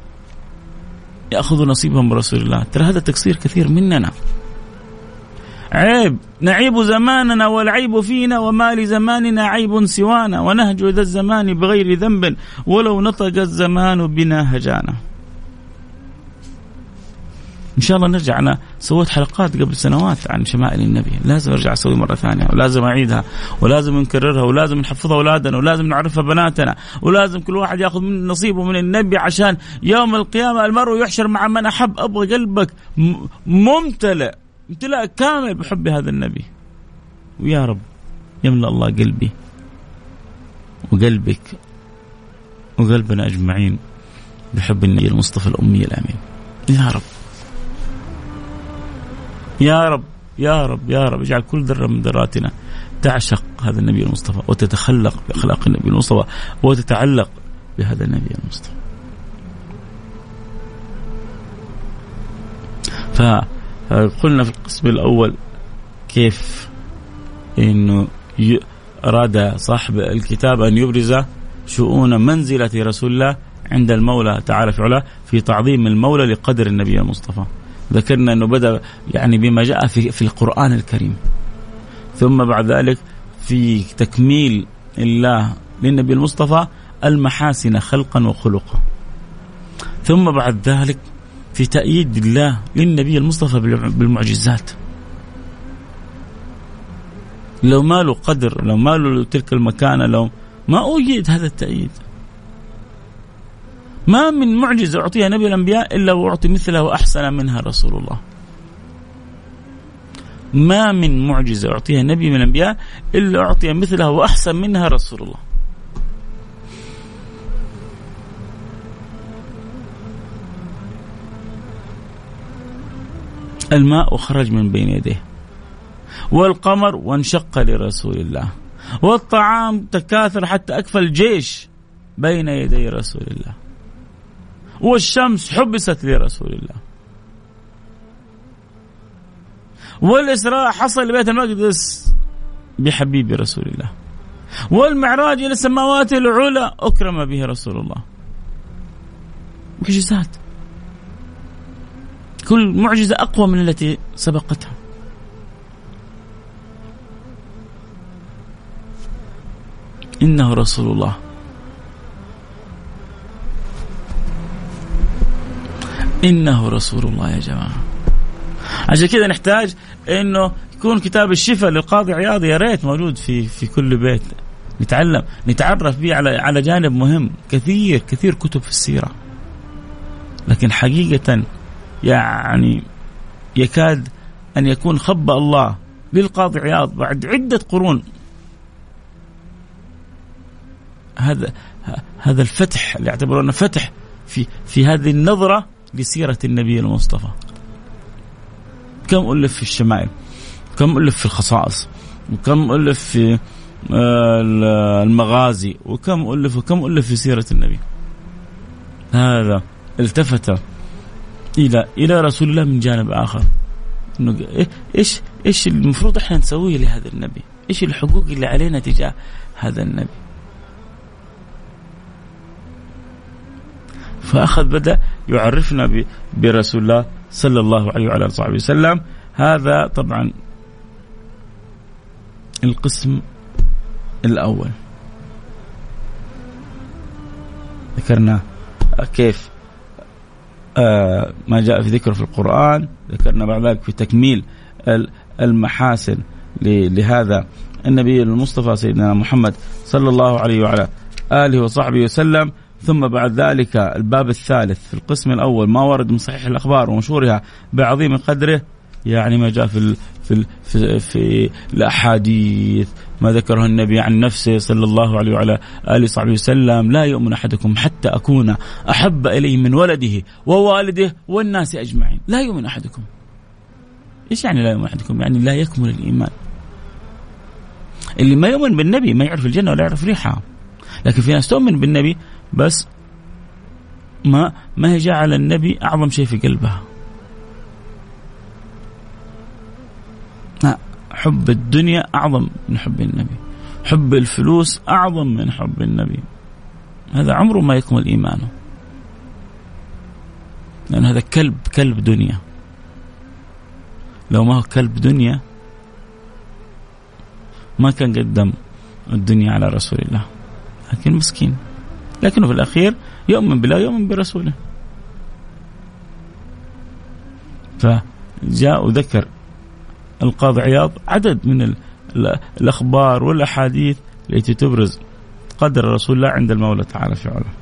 يأخذوا نصيبهم برسول الله، ترى هذا تقصير كثير مننا. عيب نعيب زماننا والعيب فينا، وما لزماننا عيب سوانا، ونهج ذا الزمان بغير ذنب ولو نطق الزمان بنا هجانا. إن شاء الله نرجع. أنا سويت حلقات قبل سنوات عن شمائل النبي، لازم أرجع أسوي مرة ثانية، ولازم أعيدها، ولازم نكررها، ولازم نحفظها أولادنا، ولازم نعرفها بناتنا، ولازم كل واحد يأخذ من نصيبه من النبي، عشان يوم القيامة المرء يحشر مع من أحب. أبغى قلبك ممتلئ امتلاء كامل بحب هذا النبي، ويا رب يملأ الله قلبي وقلبك وقلبنا أجمعين بحب النبي المصطفى الأمي الأمين. يا رب يا رب يا رب يا رب، اجعل كل ذرة من ذراتنا تعشق هذا النبي المصطفى، وتتخلق بأخلاق النبي المصطفى، وتتعلق بهذا النبي المصطفى. فقلنا في القسم الأول كيف إنه أراد صاحب الكتاب أن يبرز شؤون منزلة رسول الله عند المولى تعالى في علاه، في تعظيم المولى لقدر النبي المصطفى. ذكرنا أنه بدأ يعني بما جاء في القرآن الكريم، ثم بعد ذلك في تكميل الله للنبي المصطفى المحاسن خلقا وخلقا، ثم بعد ذلك في تأييد الله للنبي المصطفى بالمعجزات. لو ما له قدر، لو ما له تلك المكانة، لو ما أوجد هذا التأييد، ما من معجزة أعطيها نبي الأنبياء إلا وأعطي مثلها وأحسن منها رسول الله. ما من معجزة أعطيها نبي من الأنبياء إلا أعطي مثلها وأحسن منها رسول الله. الماء خرج من بين يديه، والقمر وانشق لرسول الله، والطعام تكاثر حتى أكفى الجيش بين يدي رسول الله، والشمس حبست لرسول الله، والإسراء حصل لبيت المقدس بحبيب رسول الله، والمعراج إلى السماوات العلى أكرم به رسول الله. معجزات، كل معجزة أقوى من التي سبقتها. إنه رسول الله، إنه رسول الله يا جماعة. عشان كذا نحتاج إنه يكون كتاب الشفاء للقاضي عياض، يا ريت موجود في كل بيت، نتعلم نتعرف به على جانب مهم. كثير كتب في السيرة، لكن حقيقة يعني يكاد أن يكون خبأ الله للقاضي عياض بعد عدة قرون هذا الفتح اللي يعتبرونه فتح في هذه النظرة لسيرة النبي المصطفى. كم ألف في الشمائل، كم ألف في الخصائص، وكم ألف في المغازي، وكم ألف في سيرة النبي. هذا التفت إلى رسول الله من جانب آخر، إنه إيش المفروض إحنا نسويه لهذا النبي، إيش الحقوق اللي علينا تجاه هذا النبي. فأخذ بدأ يعرفنا برسول الله صلى الله عليه وعلى آله وسلم. هذا طبعا القسم الأول. ذكرنا كيف ما جاء في ذكره في القرآن، ذكرنا بعد ذلك في تكميل المحاسن لهذا النبي المصطفى سيدنا محمد صلى الله عليه وعلى آله وصحبه وسلم. ثم بعد ذلك الباب الثالث في القسم الأول ما ورد من صحيح الأخبار ومشهورها بعظيم قدره، يعني ما جاء في الأحاديث، ما ذكره النبي عن نفسه صلى الله عليه وعلى آله وصحبه وسلم: لا يؤمن أحدكم حتى أكون أحب إليه من ولده ووالده والناس أجمعين. لا يؤمن أحدكم، إيش يعني لا يؤمن أحدكم؟ يعني لا يكمل الإيمان. اللي ما يؤمن بالنبي ما يعرف الجنة ولا يعرف ريحها. لكن في ناس تؤمن بالنبي بس ما هي جعل النبي أعظم شيء في قلبها. حب الدنيا أعظم من حب النبي، حب الفلوس أعظم من حب النبي. هذا عمره ما يكمل إيمانه، لأن هذا كلب دنيا. لو ما هو كلب دنيا ما كان قدم الدنيا على رسول الله، لكن مسكين، لكنه في الأخير يؤمن بالله يؤمن برسوله. فجاء وذكر القاضي عياض عدد من الأخبار والأحاديث التي تبرز قدر رسول الله عند المولى تعالى في علاه.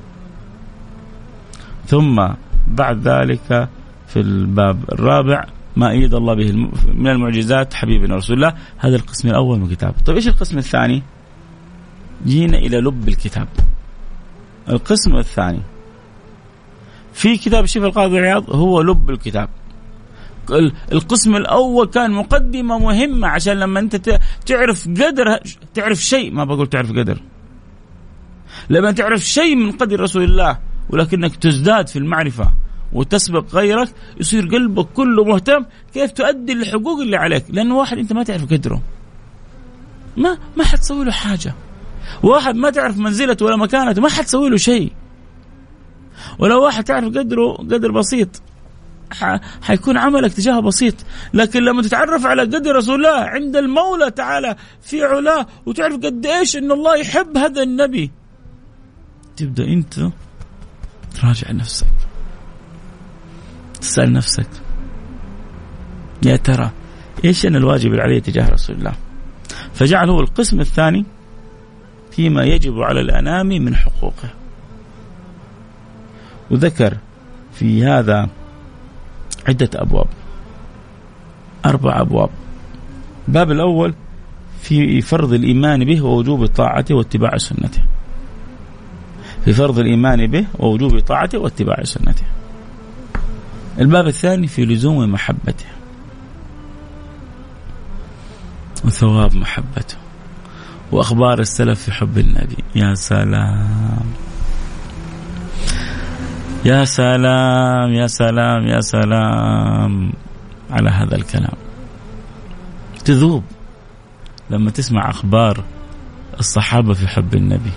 ثم بعد ذلك في الباب الرابع ما أيد الله به من المعجزات حبيبنا رسول الله. هذا القسم الأول من الكتاب. طيب إيش القسم الثاني؟ جينا إلى لب الكتاب. القسم الثاني في كتاب الشفاء القاضي عياض هو لب الكتاب. القسم الأول كان مقدمة مهمة عشان لما أنت تعرف قدر، تعرف شيء، ما بقول تعرف قدر، لما تعرف شيء من قدر رسول الله ولكنك تزداد في المعرفة وتسبق غيرك، يصير قلبك كله مهتم كيف تؤدي الحقوق اللي عليك. لأنه واحد أنت ما تعرف قدره ما حتسوي له حاجة، واحد ما تعرف منزلته ولا مكانته ما حتسوي له شيء. ولو واحد تعرف قدره قدر بسيط حيكون عملك تجاهه بسيط. لكن لما تتعرف على قدر رسول الله عند المولى تعالى في علاه وتعرف قد إيش إن الله يحب هذا النبي، تبدأ أنت تراجع نفسك، تسأل نفسك يا ترى إيش أنا الواجب العلي تجاه رسول الله. فجعل هو القسم الثاني فيما يجب على الأنام من حقوقه. وذكر في هذا عدة أبواب، 4 أبواب. باب الأول في فرض الإيمان به ووجوب طاعته واتباع سنته، في فرض الإيمان به ووجوب طاعته واتباع سنته. الباب الثاني في لزوم محبته وثواب محبته وأخبار السلف في حب النبي. يا سلام يا سلام يا سلام يا سلام على هذا الكلام. تذوب لما تسمع أخبار الصحابة في حب النبي،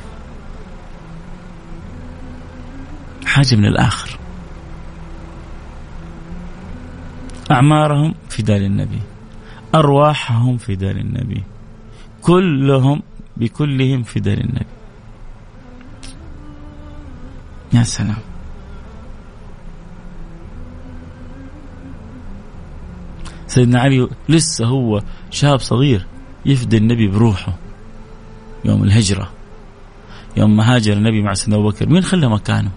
حاجة من الآخر. أعمارهم فداء للنبي، أرواحهم فداء للنبي، كلهم بكلهم فداء للنبي. يا سلام. سيدنا علي لسه هو شاب صغير يفدي النبي بروحه يوم الهجرة، يوم ما هاجر النبي مع سيدنا أبو بكر. مين خلى مكانه؟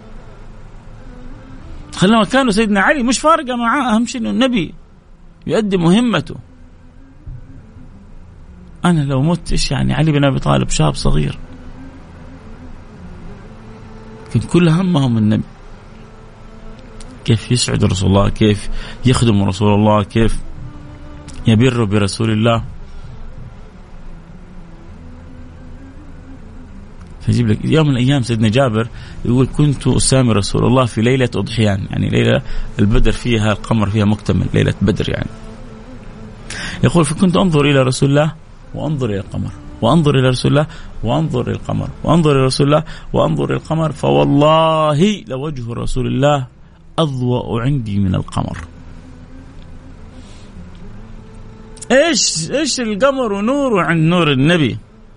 خلى مكانه سيدنا علي، مش فارقة معاه، أهم شيء إنه النبي يؤدي مهمته. أنا لو مت إيش يعني؟ علي بن أبي طالب شاب صغير كان كل همهم النبي، كيف يسعد رسول الله، كيف يخدم رسول الله، كيف يبر برسول الله. فيجيب لك يوم من الأيام سيدنا جابر يقول كنت أسامي رسول الله في ليلة أضحيان، يعني ليلة البدر فيها القمر فيها مكتمل، ليلة بدر يعني. يقول فكنت أنظر إلى رسول الله وأنظر إلى القمر، وأنظر إلى رسول الله وأنظر إلى القمر، وأنظر إلى رسول الله وأنظر إلى القمر، فوالله لوجه رسول الله أضوأ عندي من القمر. إيش القمر ونوره عن نور النبي.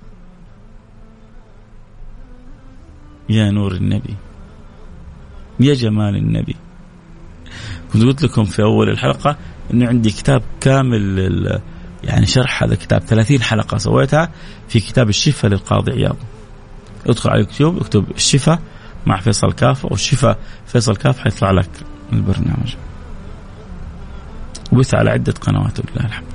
يا نور النبي، يا جمال النبي. كنت قلت لكم في أول الحلقة إنه عندي كتاب كامل يعني شرح هذا الكتاب، 30 حلقة سويتها في كتاب الشفاء للقاضي عياض. ادخل على اليوتيوب اكتب الشفاء مع فيصل كاف أو الشفاء فيصل كاف حيطلع لك البرنامج، وبث على عدة قنوات ولله الحمد.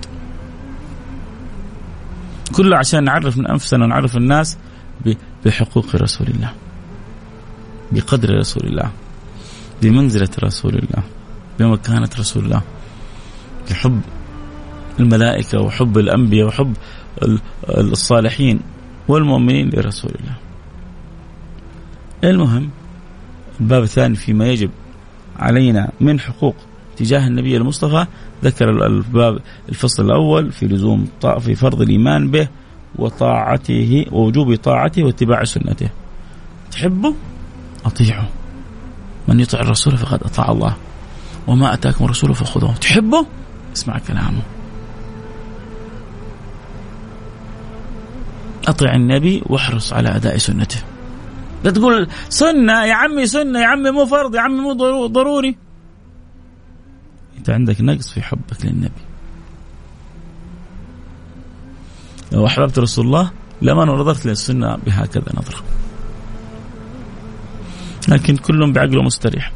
كله عشان نعرف من أنفسنا ونعرف الناس بحقوق رسول الله، بقدر رسول الله، بمنزلة رسول الله، بمكانة رسول الله، بحب الملائكة وحب الأنبياء وحب الصالحين والمؤمنين لرسول الله. المهم الباب الثاني فيما يجب علينا من حقوق تجاه النبي المصطفى. ذكر الباب الفصل الأول في لزوم في فرض الإيمان به وطاعته ووجوب طاعته واتباع سنته. تحبه أطيعه، من يطع الرسول فقد أطاع الله، وما أتاكم الرسول فخذوه. تحبه اسمع كلامه. أطع النبي واحرص على أداء سنته. لا تقول سنة يا عمي، سنة يا عمي مو فرض، يا عمي مو ضروري. أنت عندك نقص في حبك للنبي. لو أحببت رسول الله لما نظرت للسنة بهكذا نظرة، لكن كلهم بعقله مستريح.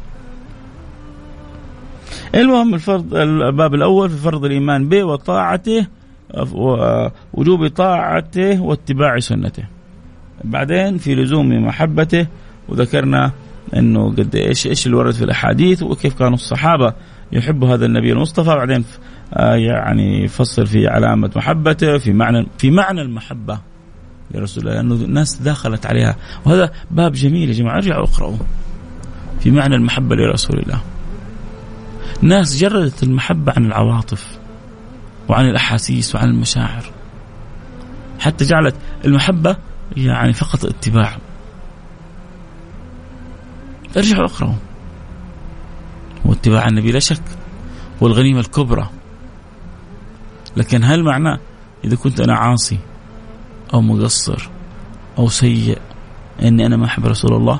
المهم الفرض، الباب الأول في فرض الإيمان به وطاعته، ووجوب طاعته واتباع سنته. بعدين في لزوم محبته، وذكرنا أنه قد إيش اللي ورد في الأحاديث وكيف كانوا الصحابة يحبوا هذا النبي المصطفى. بعدين يعني فصل في علامة محبته، في معنى المحبة لرسول الله، لأنه الناس دخلت عليها. وهذا باب جميل يا جماعة، ارجعوا اقرأوا في معنى المحبة لرسول الله. ناس جردت المحبة عن العواطف وعن الأحاسيس وعن المشاعر، حتى جعلت المحبة يعني فقط اتباع. ارجعوا اقرأوا. واتباع النبي لا شك والغنيمة الكبرى، لكن هل معناه إذا كنت أنا عاصي أو مقصر أو سيء أني أنا ما أحب رسول الله؟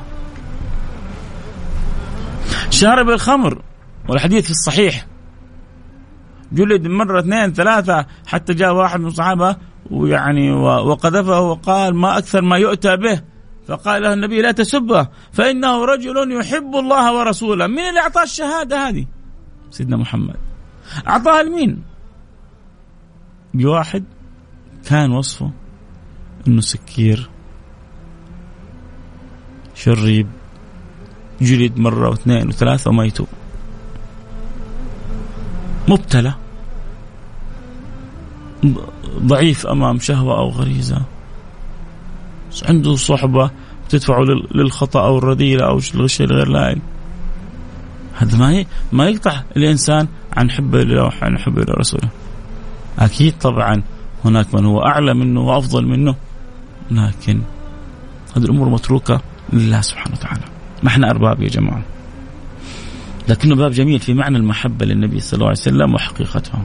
شارب الخمر، والحديث في الصحيح، جلد مرة 2 3، حتى جاء واحد من الصحابة ويعني وقذفه وقال ما أكثر ما يؤتى به، فقال له النبي لا تسبه فإنه رجل يحب الله ورسوله. مين اللي أعطاه الشهادة هذه؟ سيدنا محمد. أعطاها لمين؟ بواحد كان وصفه إنه سكير شريب، جلد مرة و2 و3 وما يتوب، مبتلى، ضعيف أمام شهوة أو غريزة، عنده صحبة تدفعه للخطأ أو الرذيلة أو الغش الغير لائق. هذا ما يقطع الإنسان عن حبه لله وعن حبه لرسوله. أكيد طبعا هناك من هو أعلى منه وأفضل منه، لكن هذه الأمور متروكة لله سبحانه وتعالى. ما احنا أرباب يا جماعة، لكنه باب جميل في معنى المحبة للنبي صلى الله عليه وسلم وحقيقتها.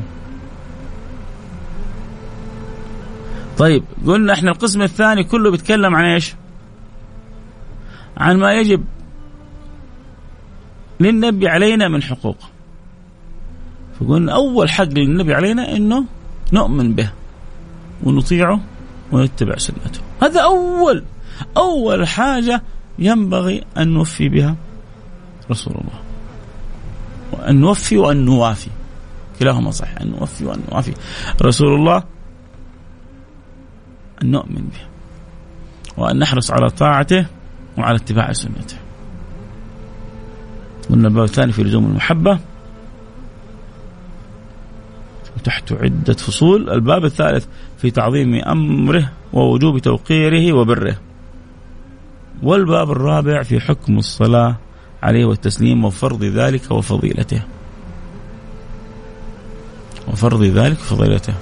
طيب قلنا احنا القسم الثاني كله بيتكلم عن ايش؟ عن ما يجب للنبي علينا من حقوق. فقلنا أول حق للنبي علينا إنه نؤمن به ونطيعه ونتبع سنته. هذا أول حاجة ينبغي أن نوفي بها رسول الله، وأن نوفي وأن نوافي، كلاهما صح، أن نوفي وأن نوافي رسول الله، أن نؤمن به وأن نحرص على طاعته وعلى اتباع سنته. قلنا الباب الثاني في لزوم المحبة وتحت عدة فصول. الباب الثالث في تعظيم أمره ووجوب توقيره وبره. والباب الرابع في حكم الصلاة عليه والتسليم وفرض ذلك وفضيلته. وفرض ذلك وفضيلته.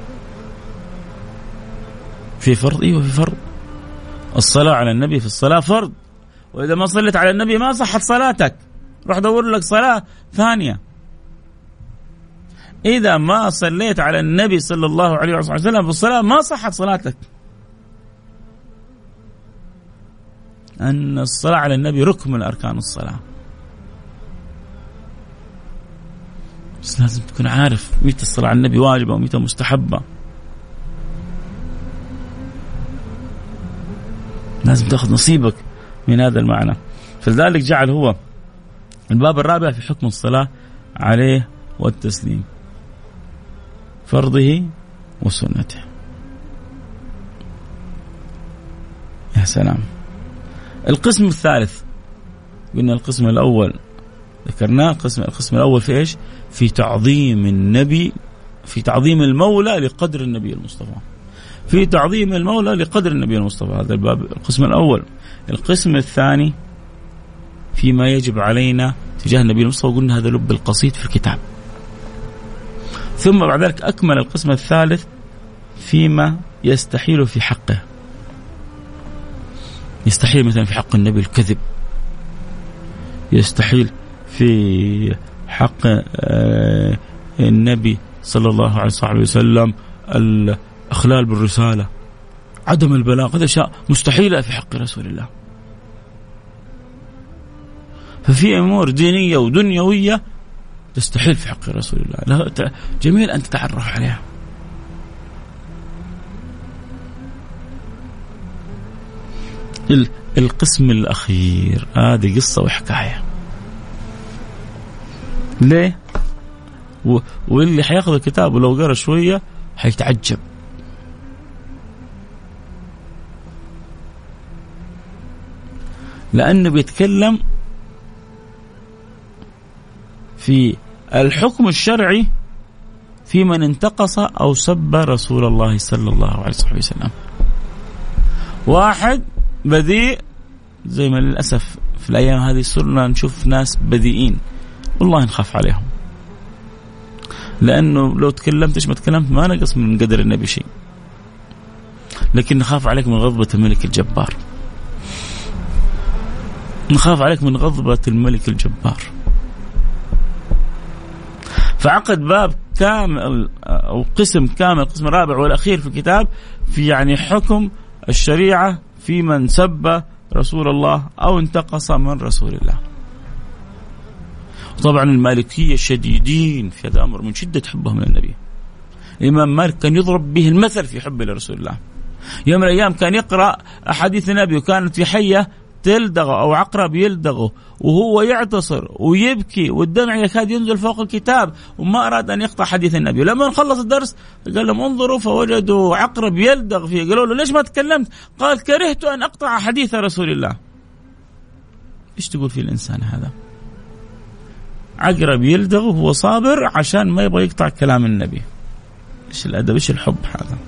في فرض وفي فرض. الصلاة على النبي في الصلاة فرض، وإذا ما صليت على النبي ما صحت صلاتك، روح دور لك صلاة ثانية. إذا ما صليت على النبي صلى الله عليه وسلم في الصلاة ما صحت صلاتك. أن الصلاة على النبي ركن من أركان الصلاة، بس لازم تكون عارف متى الصلاة على النبي واجبة ومتى مستحبة. لازم تأخذ نصيبك من هذا المعنى. فلذلك جعل هو الباب الرابع في حكم الصلاة عليه والتسليم، فرضه وسنته. يا سلام. القسم الثالث قلنا القسم الأول ذكرناه، القسم الأول في إيش؟ في تعظيم النبي، في تعظيم المولى لقدر النبي المصطفى، في تعظيم المولى لقدر النبي المصطفى. هذا الباب القسم الأول. القسم الثاني فيما يجب علينا تجاه النبي المصطفى، قلنا هذا لب القصيد في الكتاب. ثم بعد ذلك أكمل القسم الثالث فيما يستحيل في حقه. يستحيل مثلا في حق النبي الكذب، يستحيل في حق النبي صلى الله عليه وسلم الإخلال بالرسالة عدم البلاغ، هذه أشياء مستحيلة في حق رسول الله. ففي أمور دينية ودنيوية تستحيل في حق رسول الله، لا جميل أن تتعرف عليها. القسم الأخير هذه قصة وحكاية. ليه؟ واللي حياخذ الكتاب ولو قرأ شوية حيتعجب. لأنه بيتكلم في الحكم الشرعي في من انتقص أو سب رسول الله صلى الله عليه وسلم. واحد بذيء، زي ما للأسف في الأيام هذه صرنا نشوف ناس بذيئين، والله نخاف عليهم، لأنه لو تكلمتش ما تكلمت ما نقص من قدر النبي شيء، لكن نخاف عليك من غضبة الملك الجبار، نخاف عليك من غضبة الملك الجبار. فعقد باب كامل أو قسم كامل، القسم الرابع والأخير في الكتاب، في يعني حكم الشريعة في من سب رسول الله أو انتقص من رسول الله. طبعا المالكية شديدين في هذا الأمر من شدة حبهم للنبي. الإمام مالك كان يضرب به المثل في حبه لرسول الله. يوم من الأيام كان يقرأ أحاديث النبي وكانت في حية تلدغه أو عقرب يلدغه وهو يعتصر ويبكي والدمع يكاد ينزل فوق الكتاب، وما أراد أن يقطع حديث النبي. لما خلص الدرس قال لهم انظروا فوجدوا عقرب يلدغ فيه. قالوا له ليش ما تكلمت؟ قال كرهت أن أقطع حديث رسول الله. إيش تقول في الإنسان هذا؟ عقرب يلدغ وهو صابر عشان ما يبغى يقطع كلام النبي. إيش الأدب؟ إيش الحب هذا؟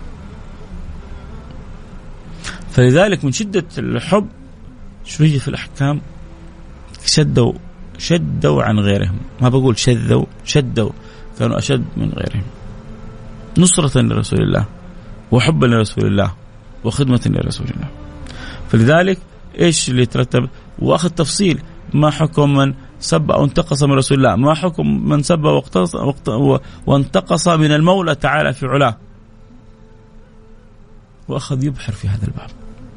فلذلك من شدة الحب شوية في الأحكام شدوا عن غيرهم. ما بقول شدوا، كانوا أشد من غيرهم نصرة لرسول الله وحبا لرسول الله وخدمة لرسول الله. فلذلك إيش اللي ترتب؟ وأخذ تفصيل ما حكم من سب أو انتقص من رسول الله، ما حكم من سب وانتقص من المولى تعالى في علاه، وأخذ يبحر في هذا الباب.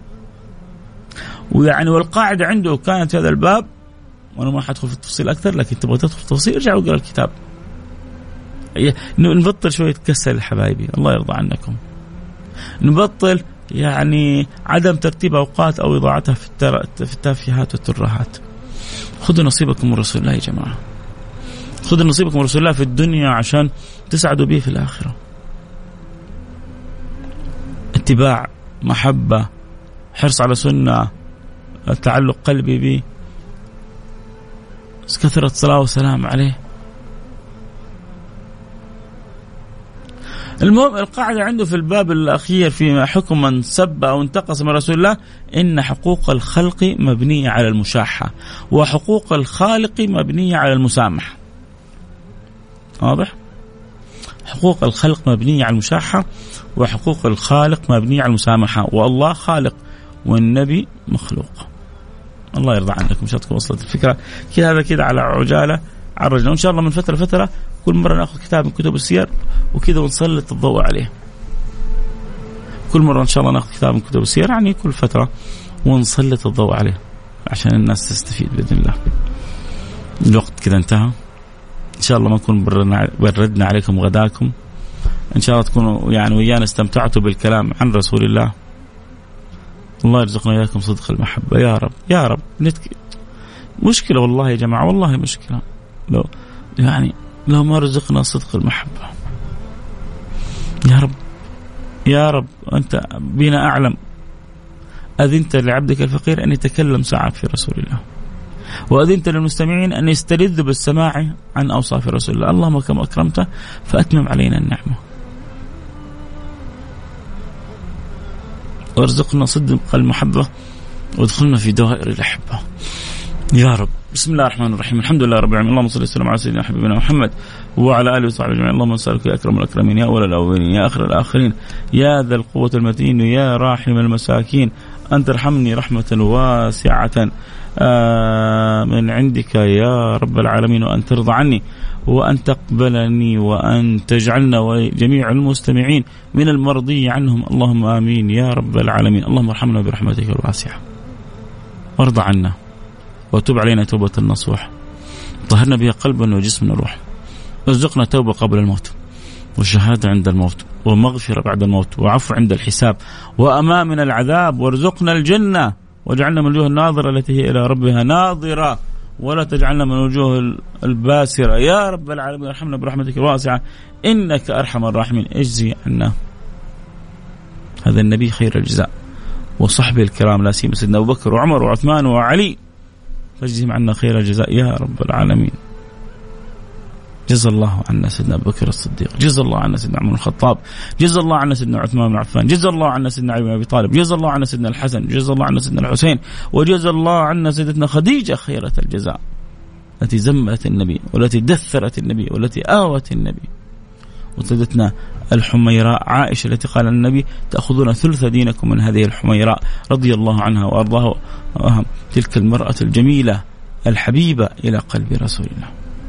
ويعني والقاعدة عنده كانت في هذا الباب، وأنا ما حدخل في التفصيل أكثر، لكن تبغى تدخل في التفصيل ارجع وقرأ الكتاب. نبطل شوية كسل حبايبي، الله يرضى عنكم. نبطل يعني عدم ترتيب أوقات أو إضاعتها في التافهات والترهات. خذوا نصيبكم من رسول الله يا جماعة، خذوا نصيبكم من رسول الله في الدنيا عشان تسعدوا به في الآخرة. اتباع، محبة، حرص على سنة، تعلق قلبي به، كثرة صلاة وسلام عليه. المهم القاعدة عنده في الباب الأخير في حكم من سب أو انتقص من رسول الله، إن حقوق الخلق مبنية على المشاحة وحقوق الخالق مبنية على المسامحة. واضح؟ حقوق الخلق مبنية على المشاحة وحقوق الخالق مبنية على المسامحة، والله خالق والنبي مخلوق. الله يرضى عنكم. مش هتكون وصلت الفكرة كذا على عجالة عرجنا. وإن شاء الله من فترة لفترة كل مرة نأخذ كتاب من كتب السير وكذا ونسلط الضوء عليه. كل مرة إن شاء الله نأخذ كتاب من كتب السير، يعني كل فترة ونسلط الضوء عليه عشان الناس تستفيد بإذن الله. الوقت كذا انتهى. إن شاء الله ما نكون بردنا عليكم غداكم. إن شاء الله تكونوا يعني ويانا استمتعتوا بالكلام عن رسول الله. الله يرزقنا إياكم صدق المحبة يا رب يا رب. مشكلة والله يا جماعة، والله مشكلة لو ما رزقنا صدق المحبة. يا رب يا رب أنت بنا أعلم. أذنت لعبدك الفقير أن يتكلم ساعة في رسول الله، وأذنت للمستمعين أن يستلذوا بالسماع عن أوصاف رسول الله. اللهم كما أكرمته فأتمم علينا النعمة، وارزقنا صدق المحبة وادخلنا في دوائر الأحبة يا رب. بسم الله الرحمن الرحيم. الحمد لله رب العالمين، اللهم صل وسلم على سيدنا حبيبنا محمد وعلى آله وصحبه أجمعين. اللهم نسألك يا أكرم الأكرمين يا أول الأولين يا آخر الآخرين يا ذا القوة المتين يا راحم المساكين أن ترحمني رحمة واسعة من عندك يا رب العالمين، وأن ترضى عني وأن تقبلني وأن تجعلنا وجميع المستمعين من المرضي عنهم، اللهم آمين يا رب العالمين. اللهم ارحمنا برحمتك الواسعة، وارض عنا، وتب علينا توبة النصوح، طهرنا بها قلبا وجسمنا وروح، ارزقنا توبة قبل الموت، والشهادة عند الموت، ومغفرة بعد الموت، وعفو عند الحساب، وأمان من العذاب، وارزقنا الجنة، واجعلنا من الوجوه الناظرة التي هي إلى ربها ناظرة، ولا تجعلنا من الوجوه الباسرة يا رب العالمين. ارحمنا برحمتك الواسعة إنك أرحم الراحمين. اجزي عنا هذا النبي خير الجزاء، وصحبه الكرام لا سيما سيدنا أبو بكر وعمر وعثمان وعلي، فاجزهم عنا خير الجزاء يا رب العالمين. جزا الله عنا سيدنا أبو بكر الصديق، جزا الله عنا سيدنا عمر بن الخطاب، جزا الله عنا سيدنا عثمان بن عفان، جزا الله عنا سيدنا علي بن أبي طالب، جزا الله عنا سيدنا الحسن، جزا الله عنا سيدنا الحسين، وجزا الله عنا سيدتنا خديجة خيرة الجزاء التي زمت النبي والتي دثرت النبي والتي آوت النبي، وسيدتنا الحميراء عائشة التي قال النبي تأخذون ثلث دينكم من هذه الحميراء رضي الله عنها وأرضاها، تلك المرأة الجميلة الحبيبة إلى قلب رسول الله.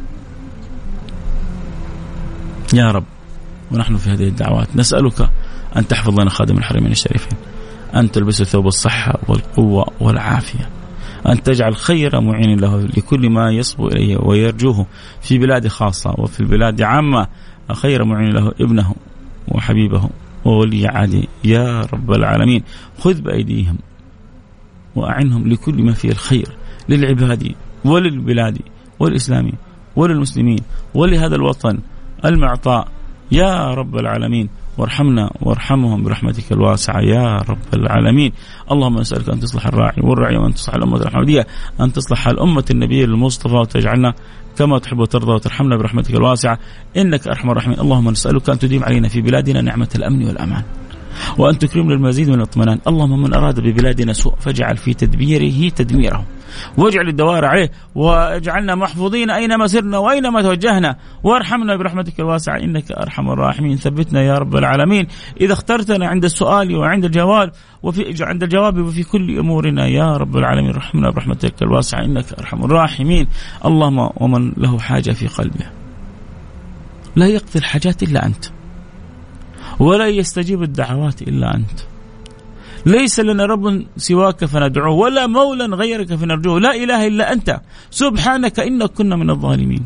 يا رب ونحن في هذه الدعوات نسألك أن تحفظ لنا خادم الحرمين الشريفين، أن تلبس ثوب الصحة والقوة والعافية، أن تجعل خير معين له لكل ما يصبو إليه ويرجوه في بلاد خاصة وفي البلاد عامة، خير معين له ابنه وحبيبه وولي عهده يا رب العالمين. خذ بأيديهم وأعنهم لكل ما فيه الخير للعباد وللبلاد والإسلام وللمسلمين ولهذا الوطن المعطاء يا رب العالمين. وارحمنا وارحمهم برحمتك الواسعة يا رب العالمين. اللهم نسألك أن تصلح الراعي والرعي، وأن تصلح الأمة الحمدية، أن تصلح الأمة النبي المصطفى، وتجعلنا كما تحب وترضى، وترحمنا برحمتك الواسعة إنك أرحم الراحمين. اللهم نسألك أن تديم علينا في بلادنا نعمة الأمن والأمان، وأن تكرمنا المزيد من الاطمئنان. اللهم من أراد ببلادنا سوء فاجعل في تدبيره تدميره، واجعل الدوار عليه، واجعلنا محفوظين أينما سرنا وأينما توجهنا، وارحمنا برحمتك الواسعة إنك أرحم الراحمين. ثبتنا يا رب العالمين إذا اخترتنا عند السؤال وعند الجواب عند الجواب وفي كل أمورنا يا رب العالمين. رحمنا برحمتك الواسعة إنك أرحم الراحمين. اللهم ومن له حاجة في قلبه لا يقضي الحاجات إلا أنت، ولا يستجيب الدعوات إلا أنت، ليس لنا رب سواك فندعوه، ولا مولا غيرك فنرجوه، لا إله إلا أنت سبحانك إنا كنا من الظالمين.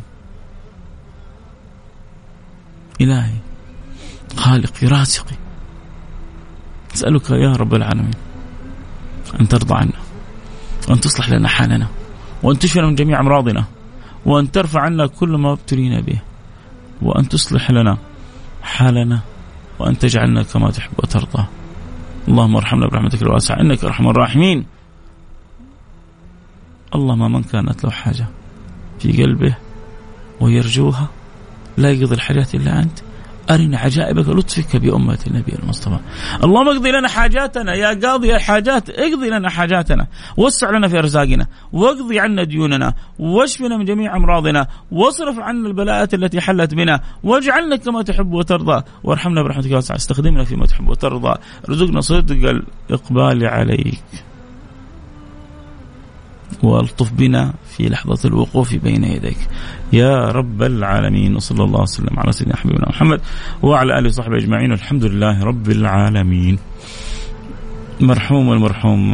إلهي خالقي رازقي، أسألك يا رب العالمين أن ترضى عنا، وأن تصلح لنا حالنا، وأن تشفينا من جميع أمراضنا، وأن ترفع عنا كل ما ابتلينا به، وأن تصلح لنا حالنا، وأن تجعلنا كما تحب وترضى. اللهم ارحمنا برحمتك الواسعة إنك أرحم الراحمين. اللهم من كانت له حاجة في قلبه ويرجوها لا يقضي الحاجات إلا أنت، أرنا عجائبك لطفك بأمة النبي المصطفى. اللهم اقضي لنا حاجاتنا يا قاضي الحاجات، اقضي لنا حاجاتنا، وسع لنا في أرزاقنا، واقضي عنا ديوننا، واشفنا من جميع أمراضنا، واصرف عنا البلاءات التي حلت بنا، واجعلنا كما تحب وترضى، وارحمنا برحمتك الواسعة، استخدمنا فيما تحب وترضى، رزقنا صدق الإقبال عليك، والطف بنا في لحظة الوقوف بين يديك يا رب العالمين. وصلى الله وسلم على سيدنا حبيبنا محمد وعلى آله وصحبه أجمعين، والحمد لله رب العالمين. مرحوم والمرحوم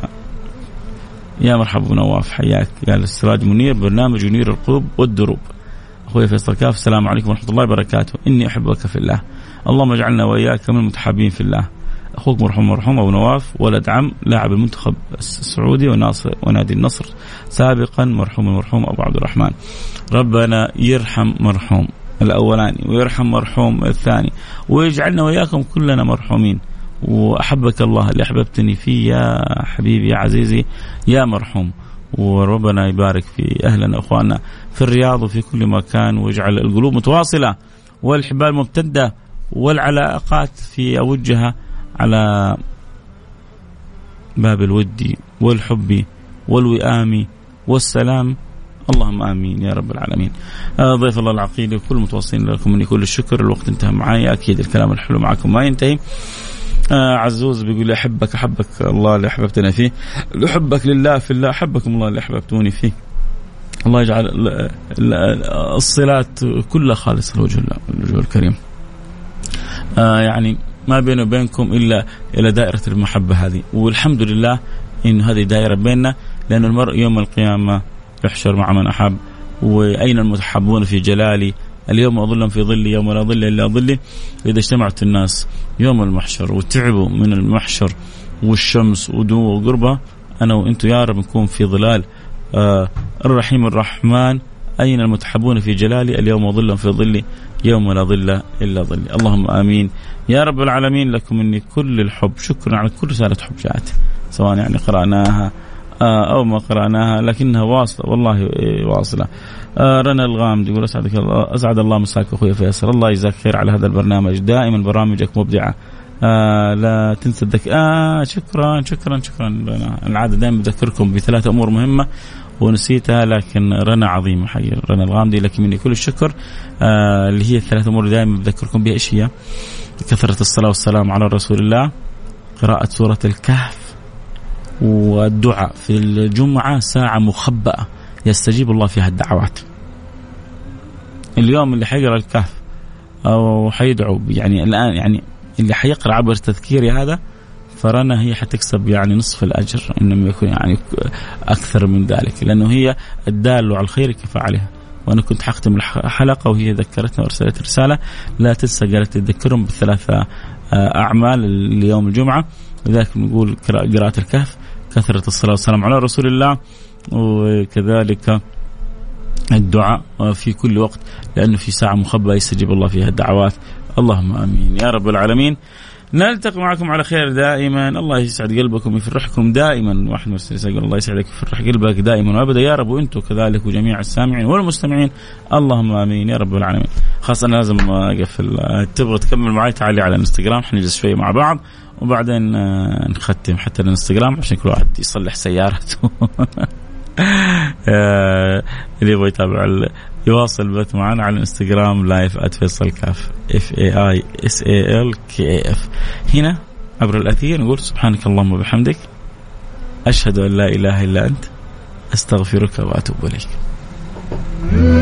يا مرحبا نواف، حياك يا السراج منير، برنامج ينير القلوب والدروب. أخوي فيصل كاف، السلام عليكم ورحمة الله وبركاته. إني أحبك في الله، اللهم اجعلنا وإياك من المتحابين في الله. أخوك مرحوم أبو نواف، ولد عم لاعب المنتخب السعودي ونادي النصر سابقا، مرحوم أبو عبد الرحمن. ربنا يرحم مرحوم الأولاني ويرحم مرحوم الثاني، ويجعلنا وإياكم كلنا مرحومين. وأحبك الله اللي أحببتني فيه يا حبيبي يا عزيزي يا مرحوم. وربنا يبارك في أهلنا وأخواننا في الرياض وفي كل مكان، ويجعل القلوب متواصلة والحبال ممتدة والعلاقات في أوجها على باب الود والحب والوئام والسلام. اللهم آمين يا رب العالمين. ضيف الله العقيد وكل متواصلين لكم مني كل الشكر. الوقت انتهى معي، أكيد الكلام الحلو معكم ما ينتهي. عزوز بيقول لي أحبك الله اللي أحببتنا فيه، أحبك لله في الله، أحبكم الله اللي أحببتوني فيه. الله يجعل الصلات كلها خالصة لوجه الله الوجه الكريم. يعني ما بيني وبينكم إلا إلى دائرة المحبة هذه، والحمد لله إن هذه دائرة بيننا، لأن المرء يوم القيامة يحشر مع من أحب. وأين المتحبون في جلالي اليوم أظلهم في ظلي يوم لا ظل إلا ظلي. إذا اجتمعت الناس يوم المحشر وتعبوا من المحشر والشمس ودنو وقربها، أنا وإنتو يا رب نكون في ظلال الرحيم الرحمن. أين المتحبون في جلالي اليوم أظلهم في ظلي يوم لا ظل إلا ظلي. اللهم آمين يا رب العالمين. لكم مني كل الحب. شكرا على كل رسالة حب جاءت، سواء يعني قرأناها أو ما قرأناها، لكنها واصلة والله واصلة. رنا الغامدي يقول أسعد الله مساك أخوي فيصل، الله يجزاك خير على هذا البرنامج، دائما برامجك مبدعة، لا تنسى شكرا شكرا شكرا. العادة دائما بذكركم بثلاث أمور مهمة ونسيتها، لكن رنا عظيمة حقيقة. رنا الغامدي لك مني كل الشكر. اللي هي الثلاث أمور دائما بذكركم بها، إيش هي؟ كثرة الصلاة والسلام على رسول الله، قراءة سورة الكهف، والدعاء في الجمعة ساعة مخبأة يستجيب الله فيها الدعوات. اليوم اللي حيقرأ الكهف أو حيدعو يعني الآن، يعني اللي حيقرأ عبر تذكيري هذا، فرنا هي حتكسب يعني نصف الأجر، إنما يكون يعني أكثر من ذلك، لأنه هي الدال على الخير كفاعلها. وأنا كنت حختم الحلقة وهي ذكرتنا وارسلت رسالة لا تنسى، قالت تذكرهم بالثلاثة أعمال ليوم الجمعة. لذلك نقول قراءة الكهف، كثرة الصلاة والسلام على رسول الله، وكذلك الدعاء في كل وقت، لأنه في ساعة مخبأة يستجيب الله فيها الدعوات. اللهم آمين يا رب العالمين. نلتقي معكم على خير دائما. الله يسعد قلبكم ويفرحكم دائما. واحد مرسل يقول الله يسعدك ويفرح قلبك دائما وابدا يا رب، وانتم كذلك وجميع السامعين والمستمعين. اللهم امين يا رب العالمين. خاصة أنا لازم اقفل. تبغى تكمل معي تعالي على الانستغرام، حنجلس شويه مع بعض وبعدين نختم حتى الانستغرام عشان كل واحد يصلح سيارته. اللي يبغى يتابع يواصل بث معنا على الانستغرام لايف @فيصل_كاف FAISALKAF. هنا عبر الأثير نقول سبحانك اللهم وبحمدك، أشهد أن لا إله إلا أنت، أستغفرك وأتوب إليك.